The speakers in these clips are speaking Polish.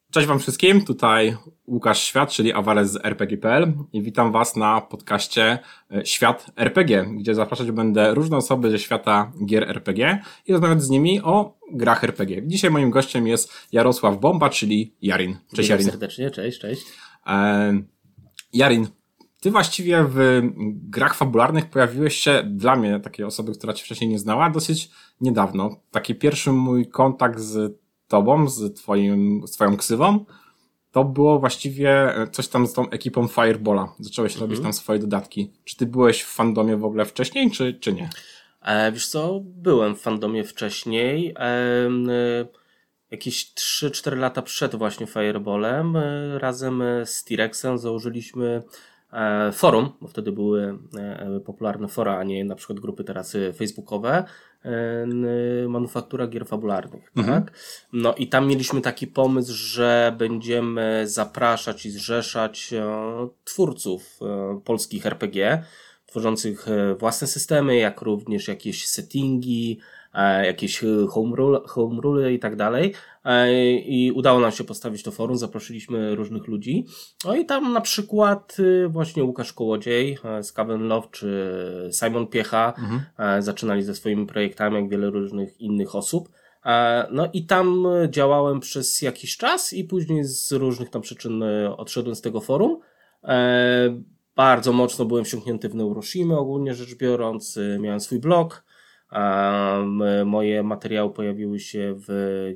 Cześć wam wszystkim, tutaj Łukasz Świat, czyli Awares z RPG.pl i witam was na podcaście Świat RPG, gdzie zapraszać będę różne osoby ze świata gier RPG i rozmawiać z nimi o grach RPG. Dzisiaj moim gościem jest Jarosław Bomba, czyli Jarin. Cześć Jarin. Serdecznie, cześć. Jarin, ty właściwie w grach fabularnych pojawiłeś się, dla mnie, takiej osoby, która cię wcześniej nie znała, dosyć niedawno. Taki pierwszy mój kontakt z tobą, z twoją ksywą, to było właściwie coś tam z tą ekipą Fireballa. Zacząłeś robić tam swoje dodatki. Czy ty byłeś w fandomie w ogóle wcześniej, czy nie? Wiesz co, byłem w fandomie wcześniej. Jakieś 3-4 lata przed właśnie Fireballem razem z T-Rexem założyliśmy forum, bo wtedy były popularne fora, a nie na przykład grupy teraz facebookowe, Manufaktura Gier Fabularnych, tak? No i tam mieliśmy taki pomysł, że będziemy zapraszać i zrzeszać twórców polskich RPG, tworzących własne systemy, jak również jakieś settingi, jakieś home rule i tak dalej. I udało nam się postawić to forum, zaprosiliśmy różnych ludzi. No i tam na przykład właśnie Łukasz Kołodziej, Skaven Love czy Simon Piecha zaczynali ze swoimi projektami, jak wiele różnych innych osób. No i tam działałem przez jakiś czas i później z różnych tam przyczyn odszedłem z tego forum. Bardzo mocno byłem wsiąknięty w Neuroshimę, ogólnie rzecz biorąc. Miałem swój blog. Moje materiały pojawiły się w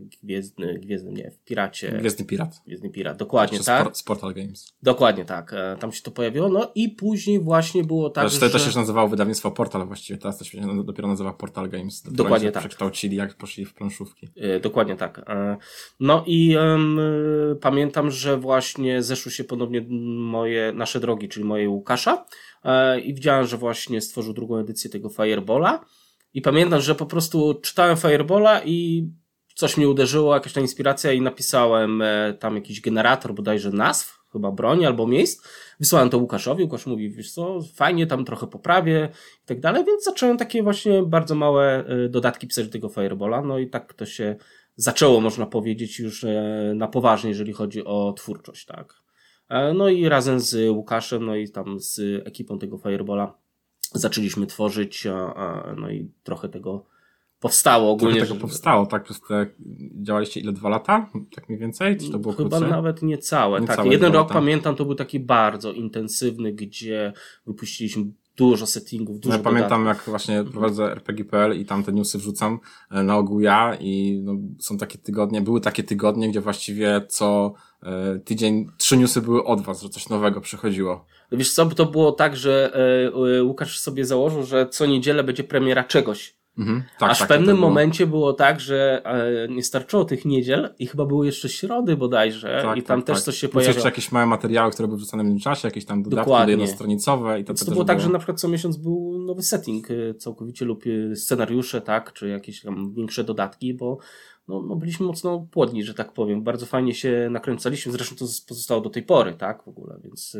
w Piracie. Gwiezdny Pirat, dokładnie tak. Z Portal Games. Dokładnie tak, tam się to pojawiło, no i później właśnie było tak, że... To się nazywało wydawnictwo Portal właściwie, teraz to się dopiero nazywa Portal Games. Dokładnie tak. Przekształcili, jak poszli w planszówki. Dokładnie tak. No i pamiętam, że właśnie zeszły się ponownie nasze drogi, czyli moje Łukasza i widziałem, że właśnie stworzył drugą edycję tego Fireballa. I pamiętam, że po prostu czytałem Fireballa i coś mnie uderzyło, jakaś ta inspiracja i napisałem tam jakiś generator bodajże nazw, chyba broni albo miejsc. Wysłałem to Łukaszowi, Łukasz mówi, wiesz co, fajnie, tam trochę poprawię i tak dalej, więc zacząłem takie właśnie bardzo małe dodatki pisać do tego Fireballa, no i tak to się zaczęło, można powiedzieć, już na poważnie, jeżeli chodzi o twórczość, tak. No i razem z Łukaszem, no i tam z ekipą tego Fireballa zaczęliśmy tworzyć, no i trochę tego powstało ogólnie. Trochę tego powstało, tak? Przez te działaliście ile? 2 lata? Tak mniej więcej? Czy to było Chyba krócej? Nawet niecałe. Tak, jeden rok pamiętam, to był taki bardzo intensywny, gdzie wypuściliśmy dużo settingów, dużo dodatków. Pamiętam, jak właśnie prowadzę RPG.pl i tam te newsy wrzucam na ogół ja i są takie tygodnie, były takie tygodnie, gdzie właściwie co tydzień 3 newsy były od was, że coś nowego przychodziło. Wiesz co, to było tak, że Łukasz sobie założył, że co niedzielę będzie premiera czegoś. Aż w pewnym momencie było tak, że nie starczyło tych niedziel i chyba były jeszcze środy bodajże i tam też coś się pojawiło. Jeszcze jakieś małe materiały, które były wrzucane w tym czasie, jakieś tam dodatki jednostronicowe i to było tak, że na przykład co miesiąc był nowy setting całkowicie lub scenariusze, tak, czy jakieś tam większe dodatki, bo byliśmy mocno płodni, że tak powiem. Bardzo fajnie się nakręcaliśmy, zresztą to pozostało do tej pory, tak, w ogóle, więc...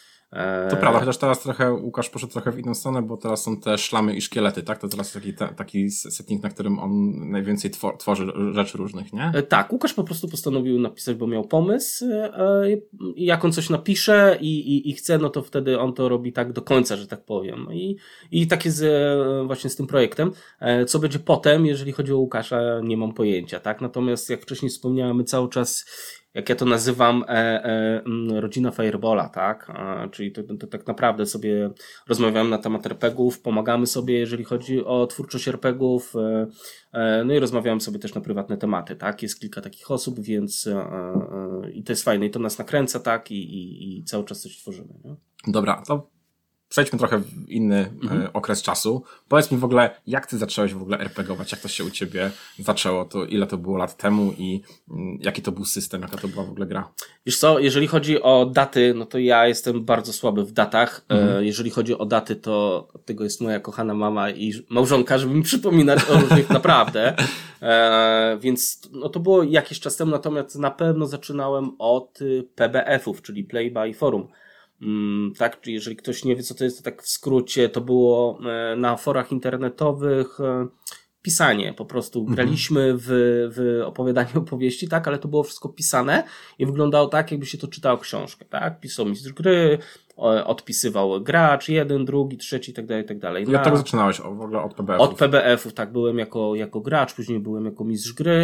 To prawda, chociaż teraz trochę Łukasz poszedł trochę w inną stronę, bo teraz są te szlamy i szkielety, tak? To teraz taki setting, na którym on najwięcej tworzy rzeczy różnych, nie? Tak, Łukasz po prostu postanowił napisać, bo miał pomysł i jak on coś napisze i chce, no to wtedy on to robi tak do końca, że tak powiem. I tak jest właśnie z tym projektem. Co będzie potem, jeżeli chodzi o Łukasza, nie mam pojęcia, tak? Natomiast jak wcześniej wspomniałem, my cały czas, jak ja to nazywam, rodzina Fireballa, tak? Czyli to tak naprawdę sobie rozmawiamy na temat RPGów, pomagamy sobie, jeżeli chodzi o twórczość RPGów, no i rozmawiamy sobie też na prywatne tematy, tak? Jest kilka takich osób, więc i to jest fajne i to nas nakręca, tak? I cały czas coś tworzymy, nie? Dobra, to przejdźmy trochę w inny okres czasu. Powiedz mi w ogóle, jak ty zacząłeś w ogóle RPGować? Jak to się u ciebie zaczęło? To ile to było lat temu i jaki to był system? Jaka to była w ogóle gra? Wiesz co, jeżeli chodzi o daty, no to ja jestem bardzo słaby w datach. Jeżeli chodzi o daty, to od tego jest moja kochana mama i małżonka, żeby mi przypominać o różnych naprawdę. Więc no to było jakiś czas temu, natomiast na pewno zaczynałem od PBF-ów, czyli Play by Forum. Tak, czyli jeżeli ktoś nie wie, co to jest, to tak w skrócie, to było na forach internetowych pisanie, po prostu graliśmy w opowiadanie opowieści, tak, ale to było wszystko pisane i wyglądało tak, jakby się to czytało książkę, tak, pisał mistrz gry, odpisywał gracz, jeden, drugi, trzeci i tak dalej. I od tego zaczynałeś w ogóle od PBF-ów? Od PBF-ów, tak, byłem jako gracz, później byłem jako mistrz gry,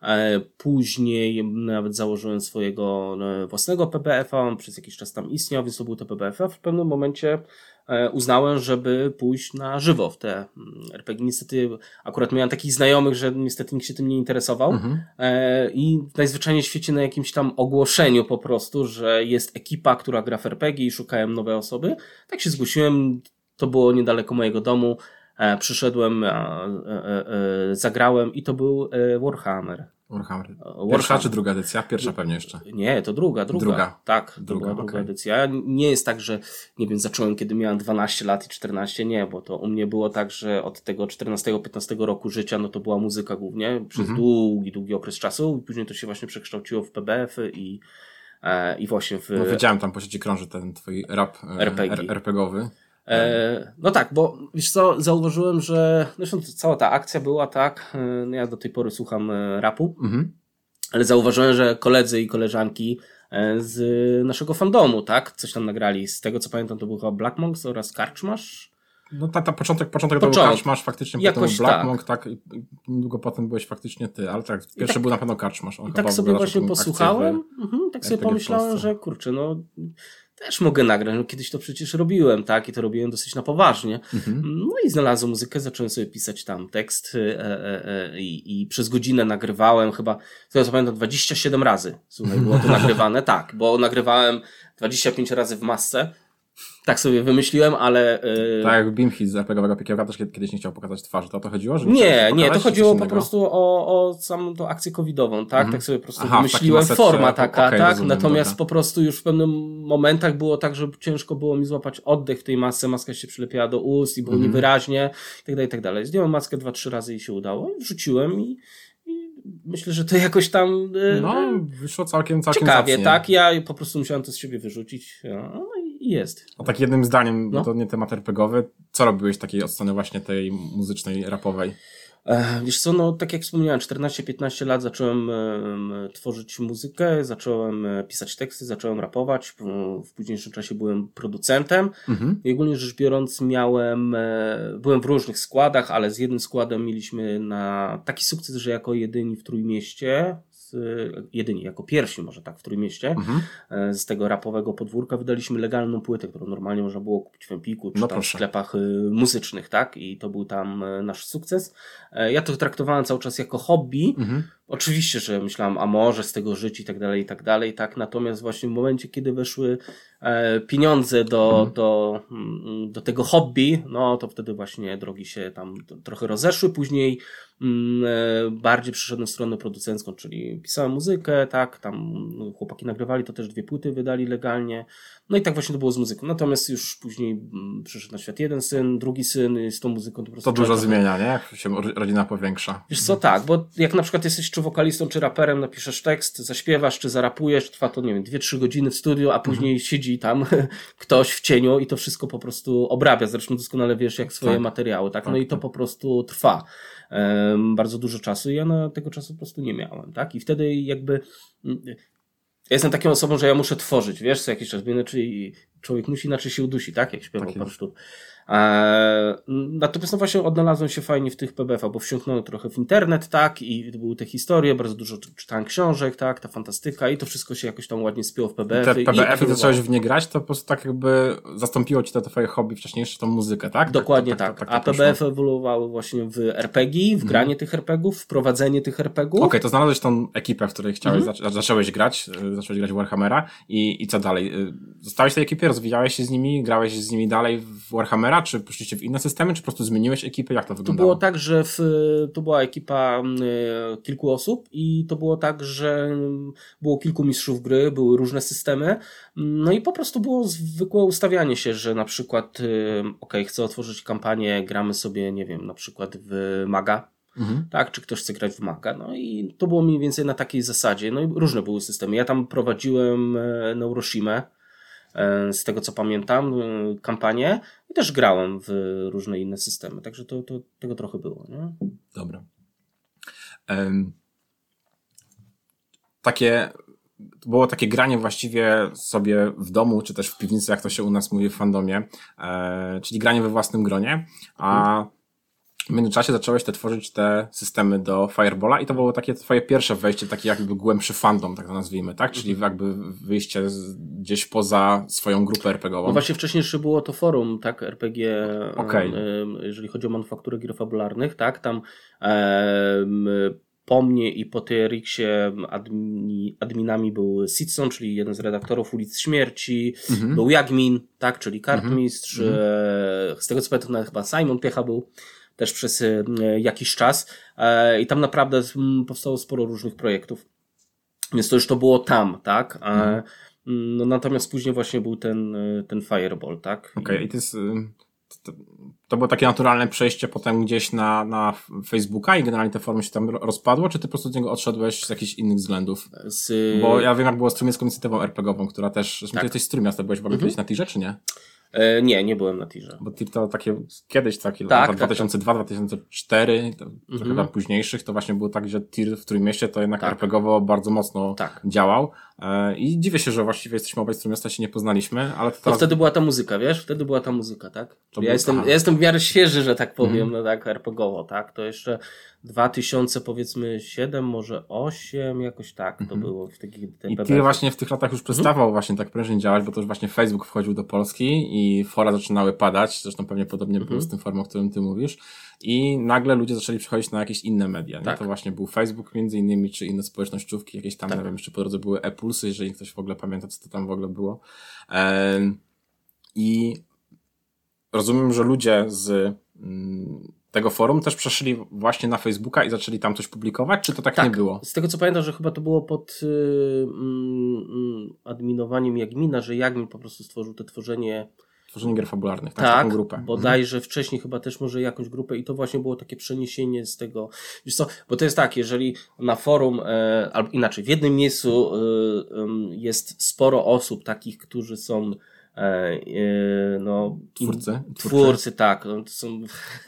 później nawet założyłem swojego własnego PBF-a, on przez jakiś czas tam istniał, więc to był to PBF, a w pewnym momencie uznałem, żeby pójść na żywo w te RPG. Niestety akurat miałem takich znajomych, że niestety nikt się tym nie interesował i najzwyczajniej w świecie na jakimś tam ogłoszeniu po prostu, że jest ekipa, która gra w RPG i szukałem nowej osoby. Tak się zgłosiłem, to było niedaleko mojego domu, przyszedłem, zagrałem i to był Warhammer. Pierwsza czy druga edycja? Pierwsza pewnie jeszcze. Nie, to druga. Tak, druga edycja. Nie jest tak, że nie wiem, zacząłem kiedy miałem 12 lat i 14, nie, bo to u mnie było tak, że od tego 14-15 roku życia, no to była muzyka głównie przez długi okres czasu. Później to się właśnie przekształciło w PBF-y i właśnie w... No widziałem tam po sieci krąży ten twój rap RPGowy. No tak, bo wiesz co, zauważyłem, że zresztą cała ta akcja była tak, ja do tej pory słucham rapu, ale zauważyłem, że koledzy i koleżanki z naszego fandomu, tak, coś tam nagrali. Z tego co pamiętam, to był chyba Black Monks oraz Karczmasz. No początek to był Karczmasz faktycznie, potem był Black Monk, tak, i niedługo potem byłeś faktycznie ty, ale tak, pierwszy był na pewno Karczmasz. I tak sobie właśnie posłuchałem, tak sobie pomyślałem, że kurczę, no też mogę nagrać, no kiedyś to przecież robiłem, tak, i to robiłem dosyć na poważnie. No i znalazłem muzykę, zacząłem sobie pisać tam tekst i przez godzinę nagrywałem chyba, co pamiętam, 27 razy, słuchaj, było to nagrywane, tak, bo nagrywałem 25 razy w masce. Tak sobie wymyśliłem, ale... Tak jak Beamhit z RPGowego Piekiełka też kiedyś nie chciał pokazać twarzy, to chodziło? Że nie, to chodziło po prostu o samą tą akcję covidową, tak? Tak sobie po prostu wymyśliłem, forma taka, tak? Rozumiem, natomiast po prostu już w pewnym momentach było tak, że ciężko było mi złapać oddech w tej masce, maska się przylepiała do ust i było niewyraźnie i tak dalej. Zdjąłem maskę 2-3 razy i się udało i wrzuciłem i myślę, że to jakoś tam... No, wyszło całkiem ciekawie, zacnie. Tak? Ja po prostu musiałem to z siebie wyrzucić, no i jest. A tak jednym zdaniem, bo to nie temat RPGowy, co robiłeś takiej od strony właśnie tej muzycznej, rapowej? Wiesz co, no tak jak wspomniałem, 14-15 lat zacząłem tworzyć muzykę, zacząłem pisać teksty, zacząłem rapować, w późniejszym czasie byłem producentem i ogólnie rzecz biorąc byłem w różnych składach, ale z jednym składem mieliśmy na taki sukces, że jako jedyni w Trójmieście, jako pierwsi może tak w Trójmieście, z tego rapowego podwórka wydaliśmy legalną płytę, którą normalnie można było kupić w Empiku czy tam w sklepach muzycznych, tak? I to był tam nasz sukces. Ja to traktowałem cały czas jako hobby. Oczywiście, że myślałem, a może z tego żyć i tak dalej, tak? Natomiast właśnie w momencie, kiedy weszły pieniądze do tego hobby, no to wtedy właśnie drogi się tam trochę rozeszły. Później bardziej przyszedłem w stronę producencką, czyli pisałem muzykę, tak, tam chłopaki nagrywali, to też 2 płyty wydali legalnie. No i tak właśnie to było z muzyką. Natomiast już później przyszedł na świat jeden syn, drugi syn i z tą muzyką to po prostu... To dużo zmienia, nie? Jak się rodzina powiększa. Wiesz co, tak, bo jak na przykład jesteś czy wokalistą, czy raperem, napiszesz tekst, zaśpiewasz, czy zarapujesz, trwa to, nie wiem, 2-3 godziny w studiu, a później siedzi tam ktoś w cieniu i to wszystko po prostu obrabia. Zresztą doskonale wiesz, jak swoje materiały, tak? No i to po prostu trwa bardzo dużo czasu i ja na tego czasu po prostu nie miałem, tak? I wtedy jakby... Ja jestem taką osobą, że ja muszę tworzyć, wiesz, co jakiś czas, bo inaczej człowiek musi inaczej się udusi, tak? Jak śpiewał po prostu. Natomiast no właśnie odnalazłem się fajnie w tych PBF-ach, bo wsiąknąłem trochę w internet, tak? I były te historie, bardzo dużo czytałem książek, tak? Ta fantastyka i to wszystko się jakoś tam ładnie spięło w PBF-y. Te PBF-y zacząłeś w nie grać, to po prostu tak jakby zastąpiło ci to twoje hobby wcześniejsze, tą muzykę, tak? Dokładnie tak. A PBF ewoluowały właśnie w RPG, w granie tych RPGów, w prowadzenie tych RPGów. Okej, to znalazłeś tą ekipę, w której chciałeś, zacząłeś grać w Warhammera i co dalej? Zostałeś w tej ekipie, rozwijałeś się z nimi, grałeś z nimi dalej w Warhammera, czy poszliście w inne systemy, czy po prostu zmieniłeś ekipy? Jak to wyglądało? To było tak, że to była ekipa kilku osób i to było tak, że było kilku mistrzów gry, były różne systemy, no i po prostu było zwykłe ustawianie się, że na przykład chcę otworzyć kampanię, gramy sobie, nie wiem, na przykład w Maga, tak, czy ktoś chce grać w Maga, no i to było mniej więcej na takiej zasadzie, no i różne były systemy. Ja tam prowadziłem Neuroshimę, z tego co pamiętam, kampanię i też grałem w różne inne systemy, także to tego trochę było. Nie? Dobra. Było takie granie właściwie sobie w domu, czy też w piwnicy, jak to się u nas mówi w fandomie, czyli granie we własnym gronie, a w międzyczasie zacząłeś tworzyć te systemy do Firebola i to było takie twoje pierwsze wejście, taki jakby głębszy fandom, tak to nazwijmy, tak? Czyli jakby wyjście gdzieś poza swoją grupę RPG-ową. No właśnie wcześniej jeszcze było to forum, tak, RPG, jeżeli chodzi o manufakturę gier fabularnych, tak, tam po mnie i po TRX-ie adminami był Sitson, czyli jeden z redaktorów Ulic Śmierci, był Jagmin, tak, czyli kartmistrz, z tego co pamiętam chyba Simon Piecha był też przez jakiś czas i tam naprawdę powstało sporo różnych projektów. Więc to już to było tam, tak? No, natomiast później właśnie był ten Fireball, tak? Okej, i to było takie naturalne przejście potem gdzieś na Facebooka i generalnie te forum się tam rozpadło, czy ty po prostu od niego odszedłeś z jakichś innych względów? Bo ja wiem, jak było z Strumiecką inicjatywą RPG-ową, która też... Tak. Ty jesteś Strumiast, byłeś w ogóle kiedyś na tirze, czy nie? Nie byłem na tirze. Bo tir to takie kiedyś, takie tak, 2002, 2004, trochę tam późniejszych, to właśnie było tak, że tir w Trójmieście to jednak RPG-owo bardzo mocno działał. I dziwię się, że właściwie jesteśmy obaj z Trójmiasta, się nie poznaliśmy, ale to teraz... wtedy była ta muzyka, wiesz? Wtedy była ta muzyka, tak? Ja jestem w miarę świeży, że tak powiem, no tak, RPG-owo, tak? To jeszcze 2000 powiedzmy 7, może 8, jakoś tak to było w takich... I tir właśnie w tych latach już przestawał właśnie tak prężnie działać, bo to już właśnie Facebook wchodził do Polski i fora zaczynały padać, zresztą pewnie podobnie było z tym formą, o którym ty mówisz. I nagle ludzie zaczęli przechodzić na jakieś inne media. Tak. To właśnie był Facebook między innymi, czy inne społecznościówki, jakieś tam, nie wiem, jeszcze po drodze były e-pulsy, jeżeli ktoś w ogóle pamięta, co to tam w ogóle było. I rozumiem, że ludzie z tego forum też przeszli właśnie na Facebooka i zaczęli tam coś publikować, czy to tak nie było? Z tego co pamiętam, że chyba to było pod adminowaniem Jagmina, że Jagmin po prostu stworzył to tworzenie gier fabularnych, tak, taką grupę. Bodajże wcześniej chyba też może jakąś grupę i to właśnie było takie przeniesienie z tego, wiesz co, bo to jest tak, jeżeli na forum, albo inaczej, w jednym miejscu jest sporo osób takich, którzy są twórcy, tak, no, to są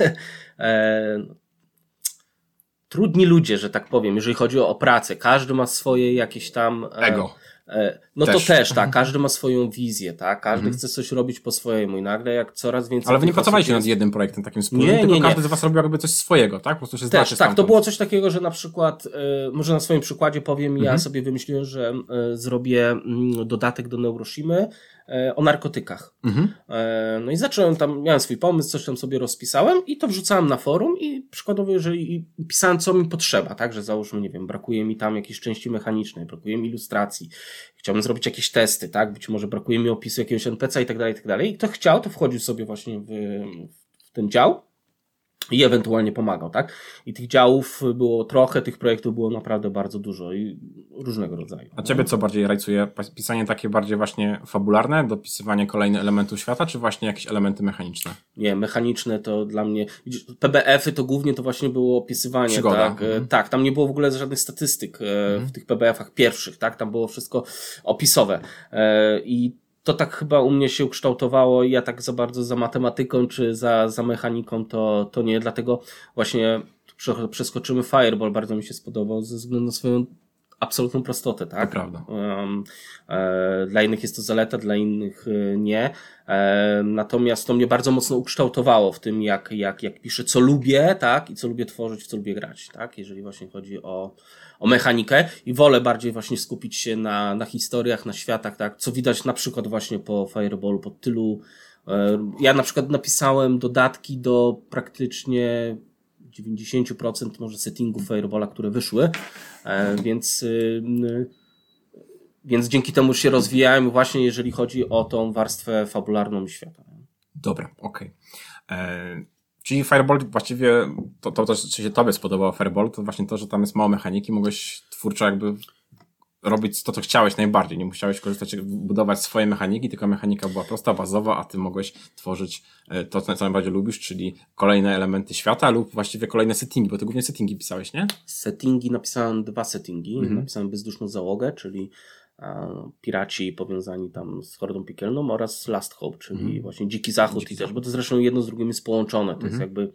trudni ludzie, że tak powiem, jeżeli chodzi o pracę, każdy ma swoje jakieś tam ego. No też. To też, tak, każdy ma swoją wizję, tak, każdy chce coś robić po swojemu i nagle jak coraz więcej... Ale wy nie pracowaliście nad jednym projektem takim wspólnym, tylko każdy z was robił jakby coś swojego, tak? Po prostu się też, tak, to było coś takiego, że na przykład, może na swoim przykładzie powiem, ja sobie wymyśliłem, że zrobię dodatek do Neuroshimy o narkotykach. No i zacząłem tam, miałem swój pomysł, coś tam sobie rozpisałem i to wrzucałem na forum i przykładowo, jeżeli pisałem, co mi potrzeba, tak, że załóżmy, nie wiem, brakuje mi tam jakiejś części mechanicznej, brakuje mi ilustracji, chciałbym zrobić jakieś testy, tak, być może brakuje mi opisu jakiegoś NPC i tak dalej, i tak dalej. I kto chciał, to wchodził sobie właśnie w ten dział i ewentualnie pomagał, tak? I tych działów było trochę, tych projektów było naprawdę bardzo dużo i różnego rodzaju. A ciebie co bardziej rajcuje? Pisanie takie bardziej właśnie fabularne, dopisywanie kolejnych elementów świata, czy właśnie jakieś elementy mechaniczne? Nie, mechaniczne to dla mnie... PBF-y to głównie to właśnie było opisywanie, przygoda. Tak? Tak, tam nie było w ogóle żadnych statystyk w tych PBF-ach pierwszych, tak? Tam było wszystko opisowe. I to tak chyba u mnie się ukształtowało i ja tak za bardzo za matematyką czy za mechaniką to nie, dlatego właśnie przeskoczymy Fireball, bardzo mi się spodobał ze względu na swoją absolutną prostotę, tak? To prawda. Dla innych jest to zaleta, dla innych nie. Natomiast to mnie bardzo mocno ukształtowało w tym, jak piszę, co lubię, tak? I co lubię tworzyć, w co lubię grać, tak? Jeżeli właśnie chodzi o mechanikę i wolę bardziej właśnie skupić się na historiach, na światach, tak? Co widać na przykład właśnie po Fireballu, po tylu. Ja na przykład napisałem dodatki do praktycznie 90% może settingów Fireballa, które wyszły, więc dzięki temu się rozwijałem właśnie jeżeli chodzi o tą warstwę fabularną świata. Dobra, okej. Czyli Fireball właściwie, to co się tobie spodobało Fireball, to właśnie to, że tam jest mało mechaniki, mogłeś twórczo jakby robić to, co chciałeś najbardziej. Nie musiałeś budować swoje mechaniki, tylko mechanika była prosta, bazowa, a ty mogłeś tworzyć to, co najbardziej lubisz, czyli kolejne elementy świata lub właściwie kolejne settingi, bo ty głównie settingi pisałeś, nie? Settingi, napisałem 2 settingi. Napisałem bezduszną załogę, czyli Piraci powiązani tam z Hordą Piekielną oraz Last Hope, czyli właśnie Dziki Zachód i też, bo to zresztą jedno z drugim jest połączone, to jest jakby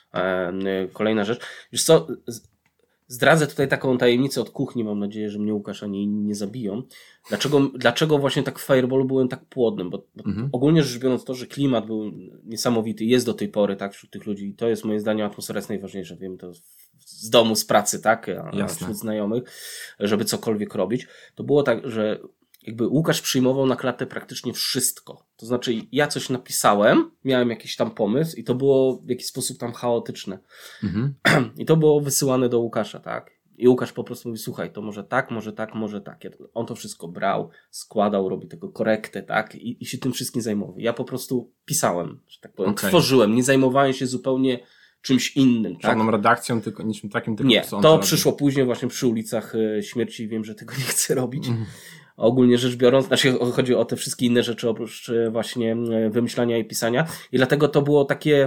kolejna rzecz. Wiesz co, zdradzę tutaj taką tajemnicę od kuchni, mam nadzieję, że mnie Łukasz ani inni nie zabiją. Dlaczego właśnie tak w Fireballu byłem tak płodnym? Bo ogólnie rzecz biorąc to, że klimat był niesamowity, jest do tej pory tak wśród tych ludzi i to jest moim zdaniem atmosfera jest najważniejsza. Wiem to z domu, z pracy, tak? A wśród znajomych, żeby cokolwiek robić. To było tak, że jakby Łukasz przyjmował na klatę praktycznie wszystko. To znaczy ja coś napisałem, miałem jakiś tam pomysł i to było w jakiś sposób tam chaotyczne. I to było wysyłane do Łukasza, tak? I Łukasz po prostu mówi, słuchaj, to może tak, może tak, może tak. On to wszystko brał, składał, robi tego korektę, tak? I się tym wszystkim zajmował. Ja po prostu pisałem, że tak powiem, tworzyłem, nie zajmowałem się zupełnie czymś innym. Żadną redakcją, tylko niczym takim. Tylko nie, to przyszło później właśnie przy ulicach Śmierci. Wiem, że tego nie chcę robić. Ogólnie rzecz biorąc, znaczy chodzi o te wszystkie inne rzeczy oprócz właśnie wymyślania i pisania. I dlatego to było takie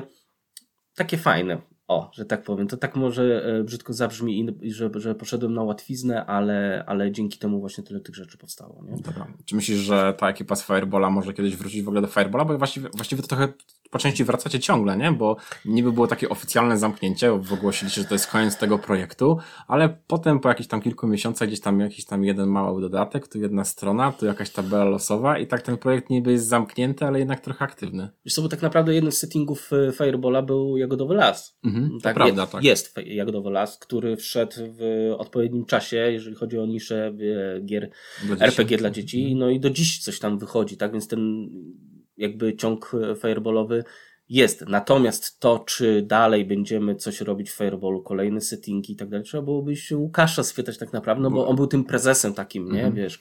fajne. Że tak powiem. To tak może brzydko zabrzmi, że poszedłem na łatwiznę, ale dzięki temu właśnie tyle tych rzeczy powstało. Nie? Dobra. Czy myślisz, że ta ekipa z Fireballa może kiedyś wrócić w ogóle do Fireballa? Bo właściwie to trochę po części wracacie ciągle, nie? Bo niby było takie oficjalne zamknięcie, ogłosiliście, że to jest koniec tego projektu, ale potem po jakichś tam kilku miesiącach gdzieś tam jakiś tam jeden mały dodatek, tu jedna strona, tu jakaś tabela losowa i tak ten projekt niby jest zamknięty, ale jednak trochę aktywny. Wiesz co, bo tak naprawdę jeden z settingów Fireballa był Jagodowy Las. Tak, prawda, tak. Jest Jagodowy Las, który wszedł w odpowiednim czasie, jeżeli chodzi o niszę gier RPG dla dzieci, no i do dziś coś tam wychodzi, tak, więc ten jakby ciąg fireballowy jest. Natomiast to, czy dalej będziemy coś robić w Fireballu, kolejne settingi i tak dalej, trzeba byłoby się Łukasza spytać tak naprawdę, no bo on był tym prezesem takim, nie, wiesz,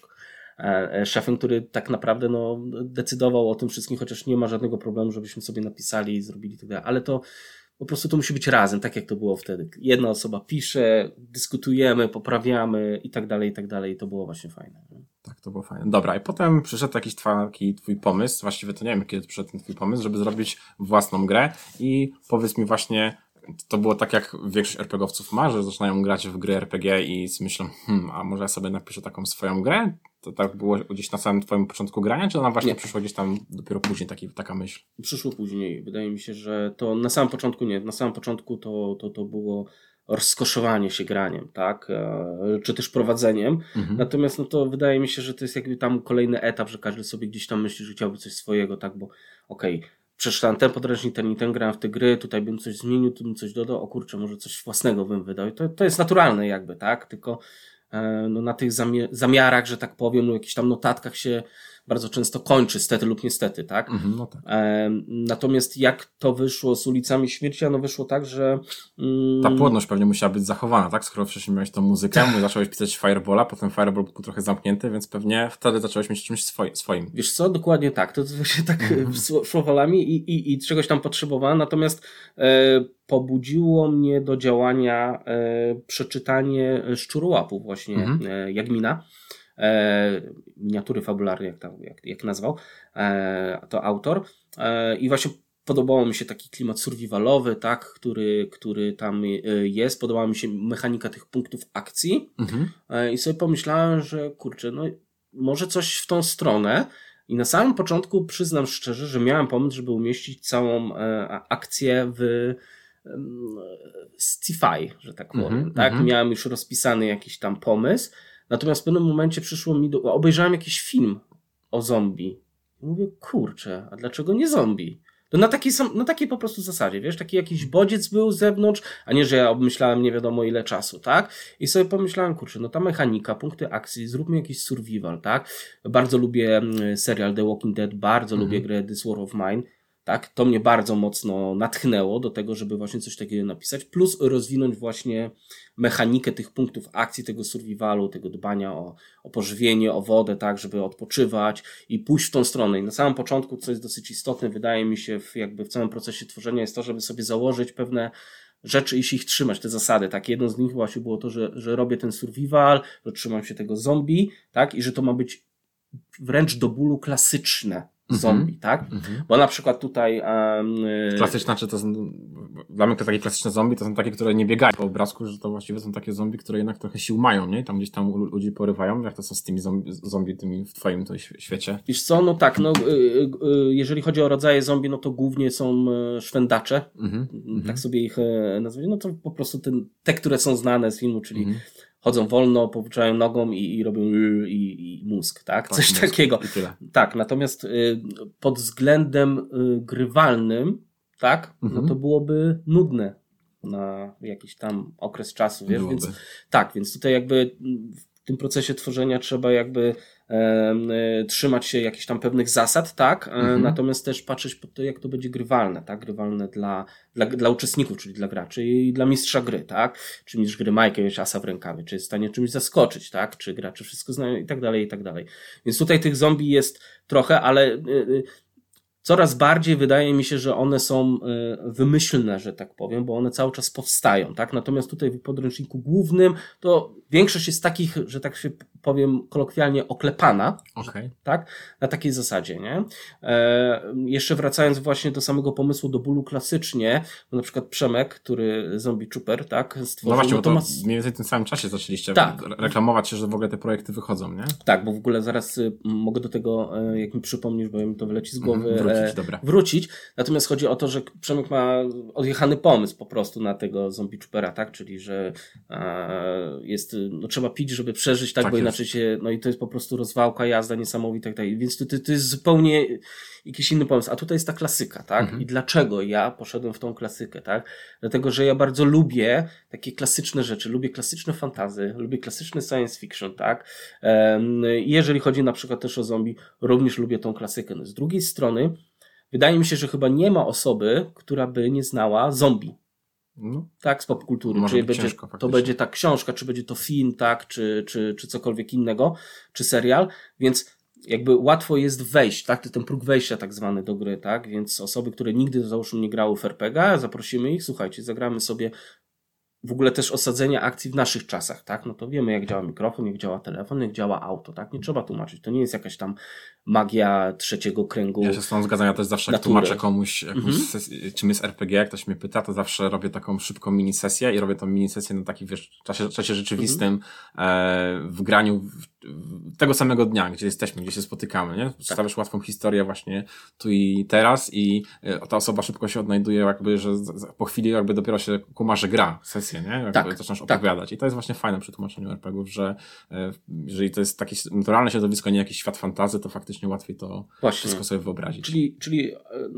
szefem, który tak naprawdę decydował o tym wszystkim, chociaż nie ma żadnego problemu, żebyśmy sobie napisali i zrobili tak dalej, ale to po prostu to musi być razem, tak jak to było wtedy. Jedna osoba pisze, dyskutujemy, poprawiamy i tak dalej, i to było właśnie fajne. Nie? Tak, to było fajne. Dobra, i potem przyszedł jakiś taki twój pomysł, właściwie to nie wiem, kiedy przyszedł ten twój pomysł, żeby zrobić własną grę i powiedz mi właśnie, to było tak jak większość RPGowców ma, że zaczynają grać w gry RPG i sobie myślą, a może ja sobie napiszę taką swoją grę? To tak było gdzieś na samym twoim początku grania, czy ona właśnie przyszła gdzieś tam dopiero później taka myśl? Przyszło później. Wydaje mi się, że to na samym początku nie. Na samym początku to było rozkoszowanie się graniem, tak? Czy też prowadzeniem. Natomiast to wydaje mi się, że to jest jakby tam kolejny etap, że każdy sobie gdzieś tam myśli, że chciałby coś swojego, tak? Bo przeczytałem ten podręcznik, ten grałem w te gry, tutaj bym coś zmienił, tu bym coś dodał, o kurczę, może coś własnego bym wydał. I to jest naturalne jakby, tak? Tylko na tych zamiarach, że tak powiem, jakichś tam notatkach się bardzo często kończy, stety lub niestety, tak? No tak. Natomiast jak to wyszło z Ulicami Śmierci, wyszło tak, że... Ta płodność pewnie musiała być zachowana, tak? Skoro wcześniej miałeś tą muzykę, zacząłeś pisać Fireballa, potem Fireball był trochę zamknięty, więc pewnie wtedy zacząłeś mieć czymś swoim. Wiesz co? Dokładnie tak. To właśnie tak szło falami i czegoś tam potrzebowałem, natomiast pobudziło mnie do działania przeczytanie Szczurołapów właśnie Jagmina. Miniatury fabularne, jak nazwał to autor. I właśnie podobało mi się taki klimat survivalowy, tak, który tam jest. Podobała mi się mechanika tych punktów akcji. I sobie pomyślałem, że kurczę, może coś w tą stronę. I na samym początku przyznam szczerze, że miałem pomysł, żeby umieścić całą akcję w sci-fi, że tak powiem. Tak? Miałem już rozpisany jakiś tam pomysł. Natomiast w pewnym momencie przyszło mi obejrzałem jakiś film o zombie. I mówię, kurczę, a dlaczego nie zombie? To na takiej po prostu zasadzie, wiesz, taki jakiś bodziec był z zewnątrz, a nie, że ja obmyślałem nie wiadomo ile czasu, tak? I sobie pomyślałem, kurczę, ta mechanika, punkty akcji, zróbmy jakiś survival, tak? Bardzo lubię serial The Walking Dead, bardzo lubię grę This War of Mine, tak? To mnie bardzo mocno natchnęło do tego, żeby właśnie coś takiego napisać, plus rozwinąć właśnie mechanikę tych punktów akcji, tego survivalu, tego dbania o pożywienie, o wodę, tak, żeby odpoczywać i pójść w tą stronę. I na samym początku, co jest dosyć istotne, wydaje mi się, w całym procesie tworzenia, jest to, żeby sobie założyć pewne rzeczy i się ich trzymać, te zasady, tak. Jedną z nich właśnie było to, że robię ten survival, że trzymam się tego zombie, tak, i że to ma być wręcz do bólu klasyczne. zombie, tak? Bo na przykład tutaj... Klasyczna, czy to są... Dla mnie to takie klasyczne zombie to są takie, które nie biegają po obrazku, że to właściwie są takie zombie, które jednak trochę sił mają, nie? Tam gdzieś tam ludzi porywają. Jak to są z tymi zombie tymi w twoim to świecie? Wiesz co, no tak, no jeżeli chodzi o rodzaje zombie, no to głównie są szwędacze, tak sobie ich nazwę, no to po prostu te, które są znane z filmu, czyli chodzą wolno, powłóczają nogą i robią i mózg, tak? Coś mózg, takiego. Tak, natomiast pod względem grywalnym, tak, no to byłoby nudne na jakiś tam okres czasu, wiesz, więc tak, więc tutaj jakby w tym procesie tworzenia trzeba jakby trzymać się jakichś tam pewnych zasad, tak, natomiast też patrzeć po to, jak to będzie grywalne, tak, grywalne dla uczestników, czyli dla graczy i dla mistrza gry, tak, czy mistrz gry ma jakiegoś asa w rękawie, czy jest w stanie czymś zaskoczyć, tak, czy gracze wszystko znają i tak dalej, i tak dalej. Więc tutaj tych zombie jest trochę, ale coraz bardziej wydaje mi się, że one są wymyślne, że tak powiem, bo one cały czas powstają, tak? Natomiast tutaj w podręczniku głównym to większość jest takich, że tak się powiem kolokwialnie, oklepana, tak? Na takiej zasadzie, nie? Jeszcze wracając właśnie do samego pomysłu do bólu klasycznie, bo na przykład Przemek, który Zombie Trooper, tak? Stworzył, no właśnie, bo to mniej więcej w tym samym czasie zaczęliście reklamować się, że w ogóle te projekty wychodzą, nie? Tak, bo w ogóle zaraz mogę do tego, jak mi przypomnisz, bo mi to wyleci z głowy, wrócić. Natomiast chodzi o to, że Przemek ma odjechany pomysł po prostu na tego Zombie Troopera, tak? Czyli, że jest, no trzeba pić, żeby przeżyć, tak? Bo inaczej się, no i to jest po prostu rozwałka, jazda niesamowita i tak dalej. Więc to jest zupełnie jakiś inny pomysł. A tutaj jest ta klasyka, tak? I dlaczego ja poszedłem w tą klasykę, tak? Dlatego, że ja bardzo lubię takie klasyczne rzeczy. Lubię klasyczne fantasy, lubię klasyczne science fiction, tak? Jeżeli chodzi na przykład też o zombie, również lubię tą klasykę. No, z drugiej strony, wydaje mi się, że chyba nie ma osoby, która by nie znała zombie. Tak, z popkultury. Czy będzie, to będzie ta książka, czy będzie to film, tak, czy cokolwiek innego, czy serial, więc jakby łatwo jest wejść, tak, ten próg wejścia tak zwany do gry, tak, więc osoby, które nigdy załóżmy nie grały w RPG, zaprosimy ich, słuchajcie, zagramy sobie w ogóle też osadzenia akcji w naszych czasach, tak, no to wiemy jak działa mikrofon, jak działa telefon, jak działa auto, tak, nie trzeba tłumaczyć, to nie jest jakaś tam magia trzeciego kręgu. Ja się z tą zgadzam, ja też zawsze jak tłumaczę komuś czym jest RPG, jak ktoś mnie pyta, to zawsze robię taką szybką minisesję i robię tą minisesję na takim, wiesz, czasie rzeczywistym, w graniu tego samego dnia, gdzie jesteśmy, gdzie się spotykamy, nie? Przedstawiasz łatwą historię właśnie tu i teraz i ta osoba szybko się odnajduje jakby, że po chwili jakby dopiero się kuma, że gra sesję, nie? Jakby zaczynasz opowiadać. I to jest właśnie fajne przy tłumaczeniu RPG-ów, że jeżeli to jest takie naturalne środowisko, nie jakiś świat fantasy, to faktycznie łatwiej to wszystko sobie wyobrazić. Czyli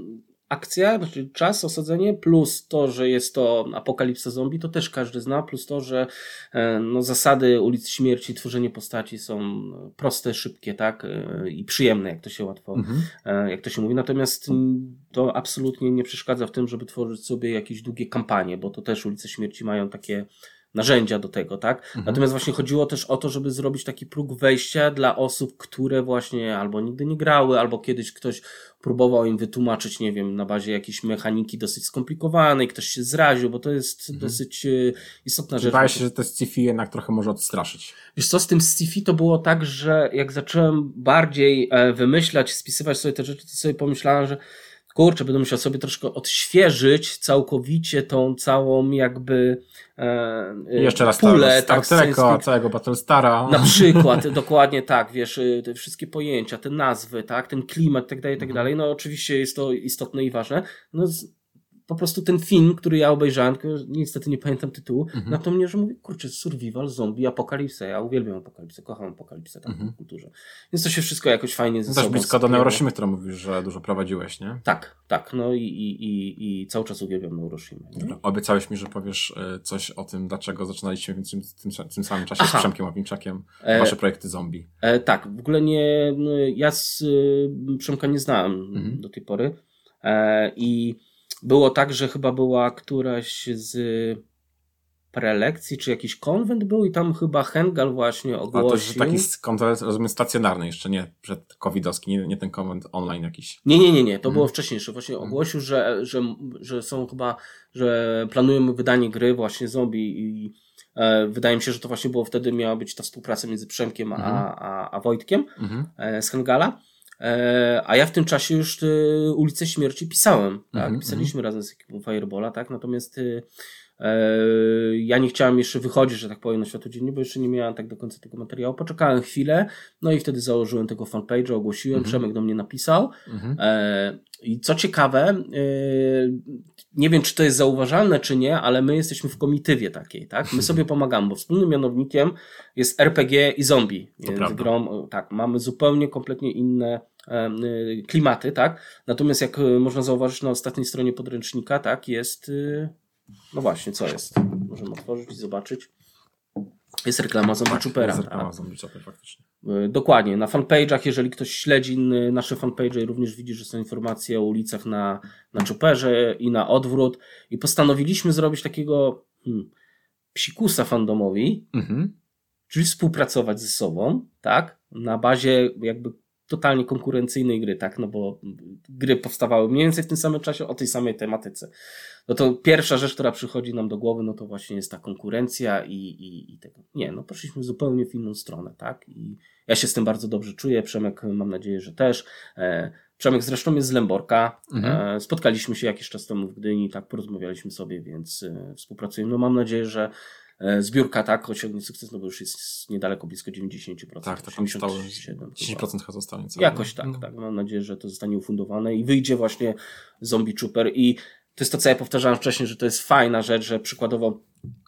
akcja, znaczy czas, osadzenie, plus to, że jest to apokalipsa zombie, to też każdy zna, plus to, że no, zasady ulicy Śmierci, tworzenie postaci są proste, szybkie, tak, i przyjemne, jak to się łatwo, jak to się mówi. Natomiast to absolutnie nie przeszkadza w tym, żeby tworzyć sobie jakieś długie kampanie, bo to też ulice Śmierci mają takie narzędzia do tego, tak? Natomiast właśnie chodziło też o to, żeby zrobić taki próg wejścia dla osób, które właśnie albo nigdy nie grały, albo kiedyś ktoś próbował im wytłumaczyć, nie wiem, na bazie jakiejś mechaniki dosyć skomplikowanej, ktoś się zraził, bo to jest dosyć istotna rzecz. Wydaje się, że to sci-fi jednak trochę może odstraszyć. Wiesz co, z tym sci-fi to było tak, że jak zacząłem bardziej wymyślać, spisywać sobie te rzeczy, to sobie pomyślałem, że kurczę, będę musiał sobie troszkę odświeżyć całkowicie tą całą jakby jeszcze raz pulę, Star Treka, całego Battlestara. Na przykład, dokładnie tak, wiesz, te wszystkie pojęcia, te nazwy, tak, ten klimat, tak dalej. No oczywiście jest to istotne i ważne. No po prostu ten film, który ja obejrzałem, tylko niestety nie pamiętam tytułu, na to mnie, że mówię, kurczę, survival, zombie, apokalipsa. Ja uwielbiam apokalipsę, kocham apokalipsę tam w kulturze. Więc to się wszystko jakoś fajnie ze sobą też blisko do Neuroshimy, którą mówisz, że dużo prowadziłeś, nie? Tak, no i cały czas uwielbiam Neuroshimę. Obiecałeś mi, że powiesz coś o tym, dlaczego zaczynaliśmy w tym samym czasie z Przemkiem Ławniczakiem wasze projekty zombie. Tak, w ogóle nie, ja z Przemka nie znałem do tej pory i było tak, że chyba była któraś z prelekcji, czy jakiś konwent był i tam chyba Hengal właśnie ogłosił. A to jest taki konwent, rozumiem, stacjonarny jeszcze, nie przed covidowski, nie ten konwent online jakiś. Nie, to było wcześniejsze. Właśnie ogłosił, że są chyba, że planujemy wydanie gry właśnie zombie i wydaje mi się, że to właśnie było wtedy, miała być ta współpraca między Przemkiem a Wojtkiem z Hengala. A ja w tym czasie już Ulicę Śmierci pisałem, tak? Pisaliśmy razem z ekipą Fireballa, tak? Natomiast ja nie chciałem jeszcze wychodzić, że tak powiem, na światło dziennie, bo jeszcze nie miałem tak do końca tego materiału. Poczekałem chwilę, no i wtedy założyłem tego fanpage'a, ogłosiłem, Przemek do mnie napisał. I co ciekawe, nie wiem, czy to jest zauważalne, czy nie, ale my jesteśmy w komitywie takiej, tak? My sobie pomagamy, bo wspólnym mianownikiem jest RPG i zombie. Więc tak, mamy zupełnie, kompletnie inne klimaty, tak? Natomiast jak można zauważyć na ostatniej stronie podręcznika, tak, jest no właśnie, co jest? Możemy otworzyć i zobaczyć. Jest reklama Zombie Choopera. Jest reklama Zombie Chooper, faktycznie. Dokładnie. Na fanpage'ach, jeżeli ktoś śledzi nasze fanpage'e, również widzi, że są informacje o ulicach na Chooperze i na odwrót. I postanowiliśmy zrobić takiego psikusa fandomowi, czyli współpracować ze sobą, tak? Na bazie jakby totalnie konkurencyjnej gry, tak? No bo gry powstawały mniej więcej w tym samym czasie o tej samej tematyce. No to pierwsza rzecz, która przychodzi nam do głowy, no to właśnie jest ta konkurencja i tego. Nie, no poszliśmy zupełnie w inną stronę, tak? I ja się z tym bardzo dobrze czuję. Przemek, mam nadzieję, że też. Przemek zresztą jest z Lęborka. Spotkaliśmy się jakiś czas temu w Gdyni, tak, porozmawialiśmy sobie, więc współpracujemy. No mam nadzieję, że zbiórka tak osiągnie sukces, no bo już jest niedaleko, blisko 90%. Tak, tak, 10% chyba zostanie. Jakoś tak, tak. Mam nadzieję, że to zostanie ufundowane i wyjdzie właśnie Zombie Chooper i to jest to, co ja powtarzałem wcześniej, że to jest fajna rzecz, że przykładowo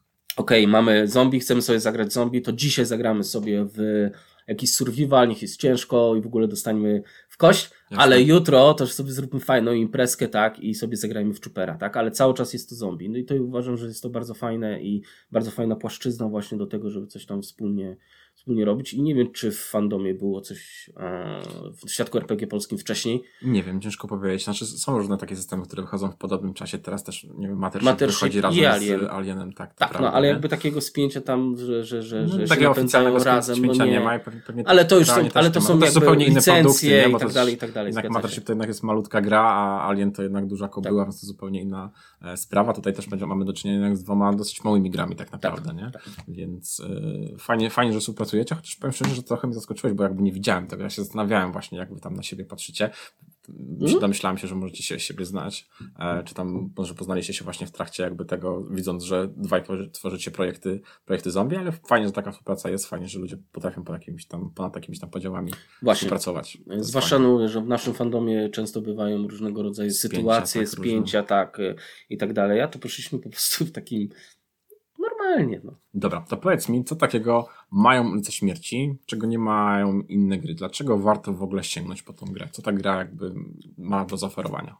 mamy zombie, chcemy sobie zagrać zombie, to dzisiaj zagramy sobie w jakiś survival, niech jest ciężko i w ogóle dostaniemy w kość, ale jutro to sobie zróbmy fajną imprezkę, tak, i sobie zagrajmy w Choopera, tak, ale cały czas jest to zombie. No i to uważam, że jest to bardzo fajne i bardzo fajna płaszczyzna właśnie do tego, żeby coś tam wspólnie robić i nie wiem, czy w fandomie było coś w świadku RPG polskim wcześniej. Nie wiem, ciężko powiedzieć. Znaczy są różne takie systemy, które wychodzą w podobnym czasie. Teraz też, nie wiem, Mothership wychodzi razem z Alienem. Tak, prawda, no ale jakby takiego spięcia tam, że się napędzają razem, no nie ma. Pewnie ale to już są, ale to są jakby zupełnie inne produkty, nie? i tak dalej, i tak dalej. Jednak Mothership to jednak jest malutka gra, a Alien to jednak duża kobyła, więc to zupełnie inna sprawa. Tutaj też mamy do czynienia z dwoma dosyć małymi grami tak naprawdę, nie? Tak. Więc fajnie, że współpracujecie, chociaż powiem szczerze, że trochę mnie zaskoczyłeś, bo jakby nie widziałem tego. Ja się zastanawiałem właśnie, jak wy tam na siebie patrzycie. Domyślałem się, że możecie się siebie znać, czy tam może poznaliście się właśnie w trakcie jakby tego, widząc, że dwaj tworzycie projekty zombie, ale fajnie, że taka współpraca jest, fajnie, że ludzie potrafią ponad jakimiś tam podziałami współpracować. Zwłaszcza, że w naszym fandomie często bywają różnego rodzaju sytuacje, spięcia, tak, i tak dalej. A to poszliśmy po prostu w takim normalnie. No. Dobra, to powiedz mi, co takiego mają Ulice Śmierci, czego nie mają inne gry? Dlaczego warto w ogóle sięgnąć po tą grę? Co ta gra jakby ma do zaoferowania?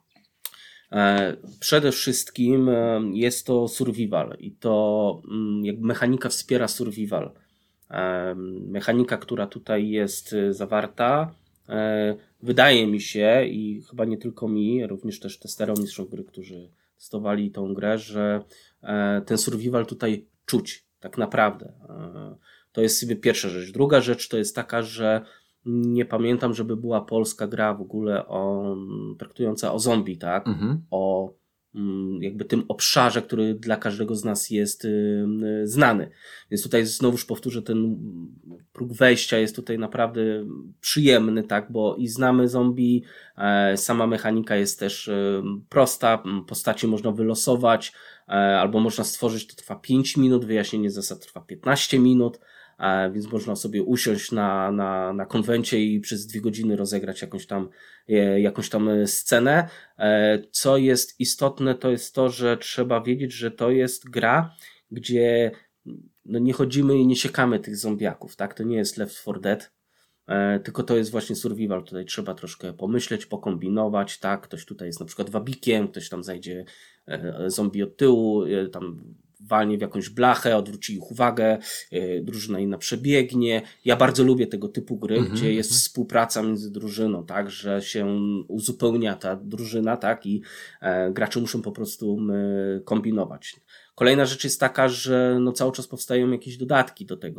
Przede wszystkim jest to survival i to jakby mechanika wspiera survival. Mechanika, która tutaj jest zawarta, wydaje mi się i chyba nie tylko mi, również też testerom, mistrzom gry, którzy testowali tą grę, że ten survival tutaj czuć tak naprawdę. To jest sobie pierwsza rzecz. Druga rzecz to jest taka, że nie pamiętam, żeby była polska gra w ogóle traktująca o zombie, tak? O jakby tym obszarze, który dla każdego z nas jest znany. Więc tutaj znowuż powtórzę, ten próg wejścia jest tutaj naprawdę przyjemny, tak, bo i znamy zombie, sama mechanika jest też prosta, postaci można wylosować, albo można stworzyć, to trwa 5 minut, wyjaśnienie zasad trwa 15 minut, więc można sobie usiąść na konwencie i przez 2 godziny rozegrać jakąś tam scenę. Co jest istotne, to jest to, że trzeba wiedzieć, że to jest gra, gdzie no nie chodzimy i nie siekamy tych zombiaków, tak? To nie jest Left 4 Dead, tylko to jest właśnie survival. Tutaj trzeba troszkę pomyśleć, pokombinować, tak? Ktoś tutaj jest na przykład wabikiem, ktoś tam zajdzie zombie od tyłu, tam walnie w jakąś blachę, odwróci ich uwagę, drużyna inna przebiegnie. Ja bardzo lubię tego typu gry, gdzie jest współpraca między drużyną, tak, że się uzupełnia ta drużyna, tak, i gracze muszą po prostu kombinować. Kolejna rzecz jest taka, że no cały czas powstają jakieś dodatki do tego.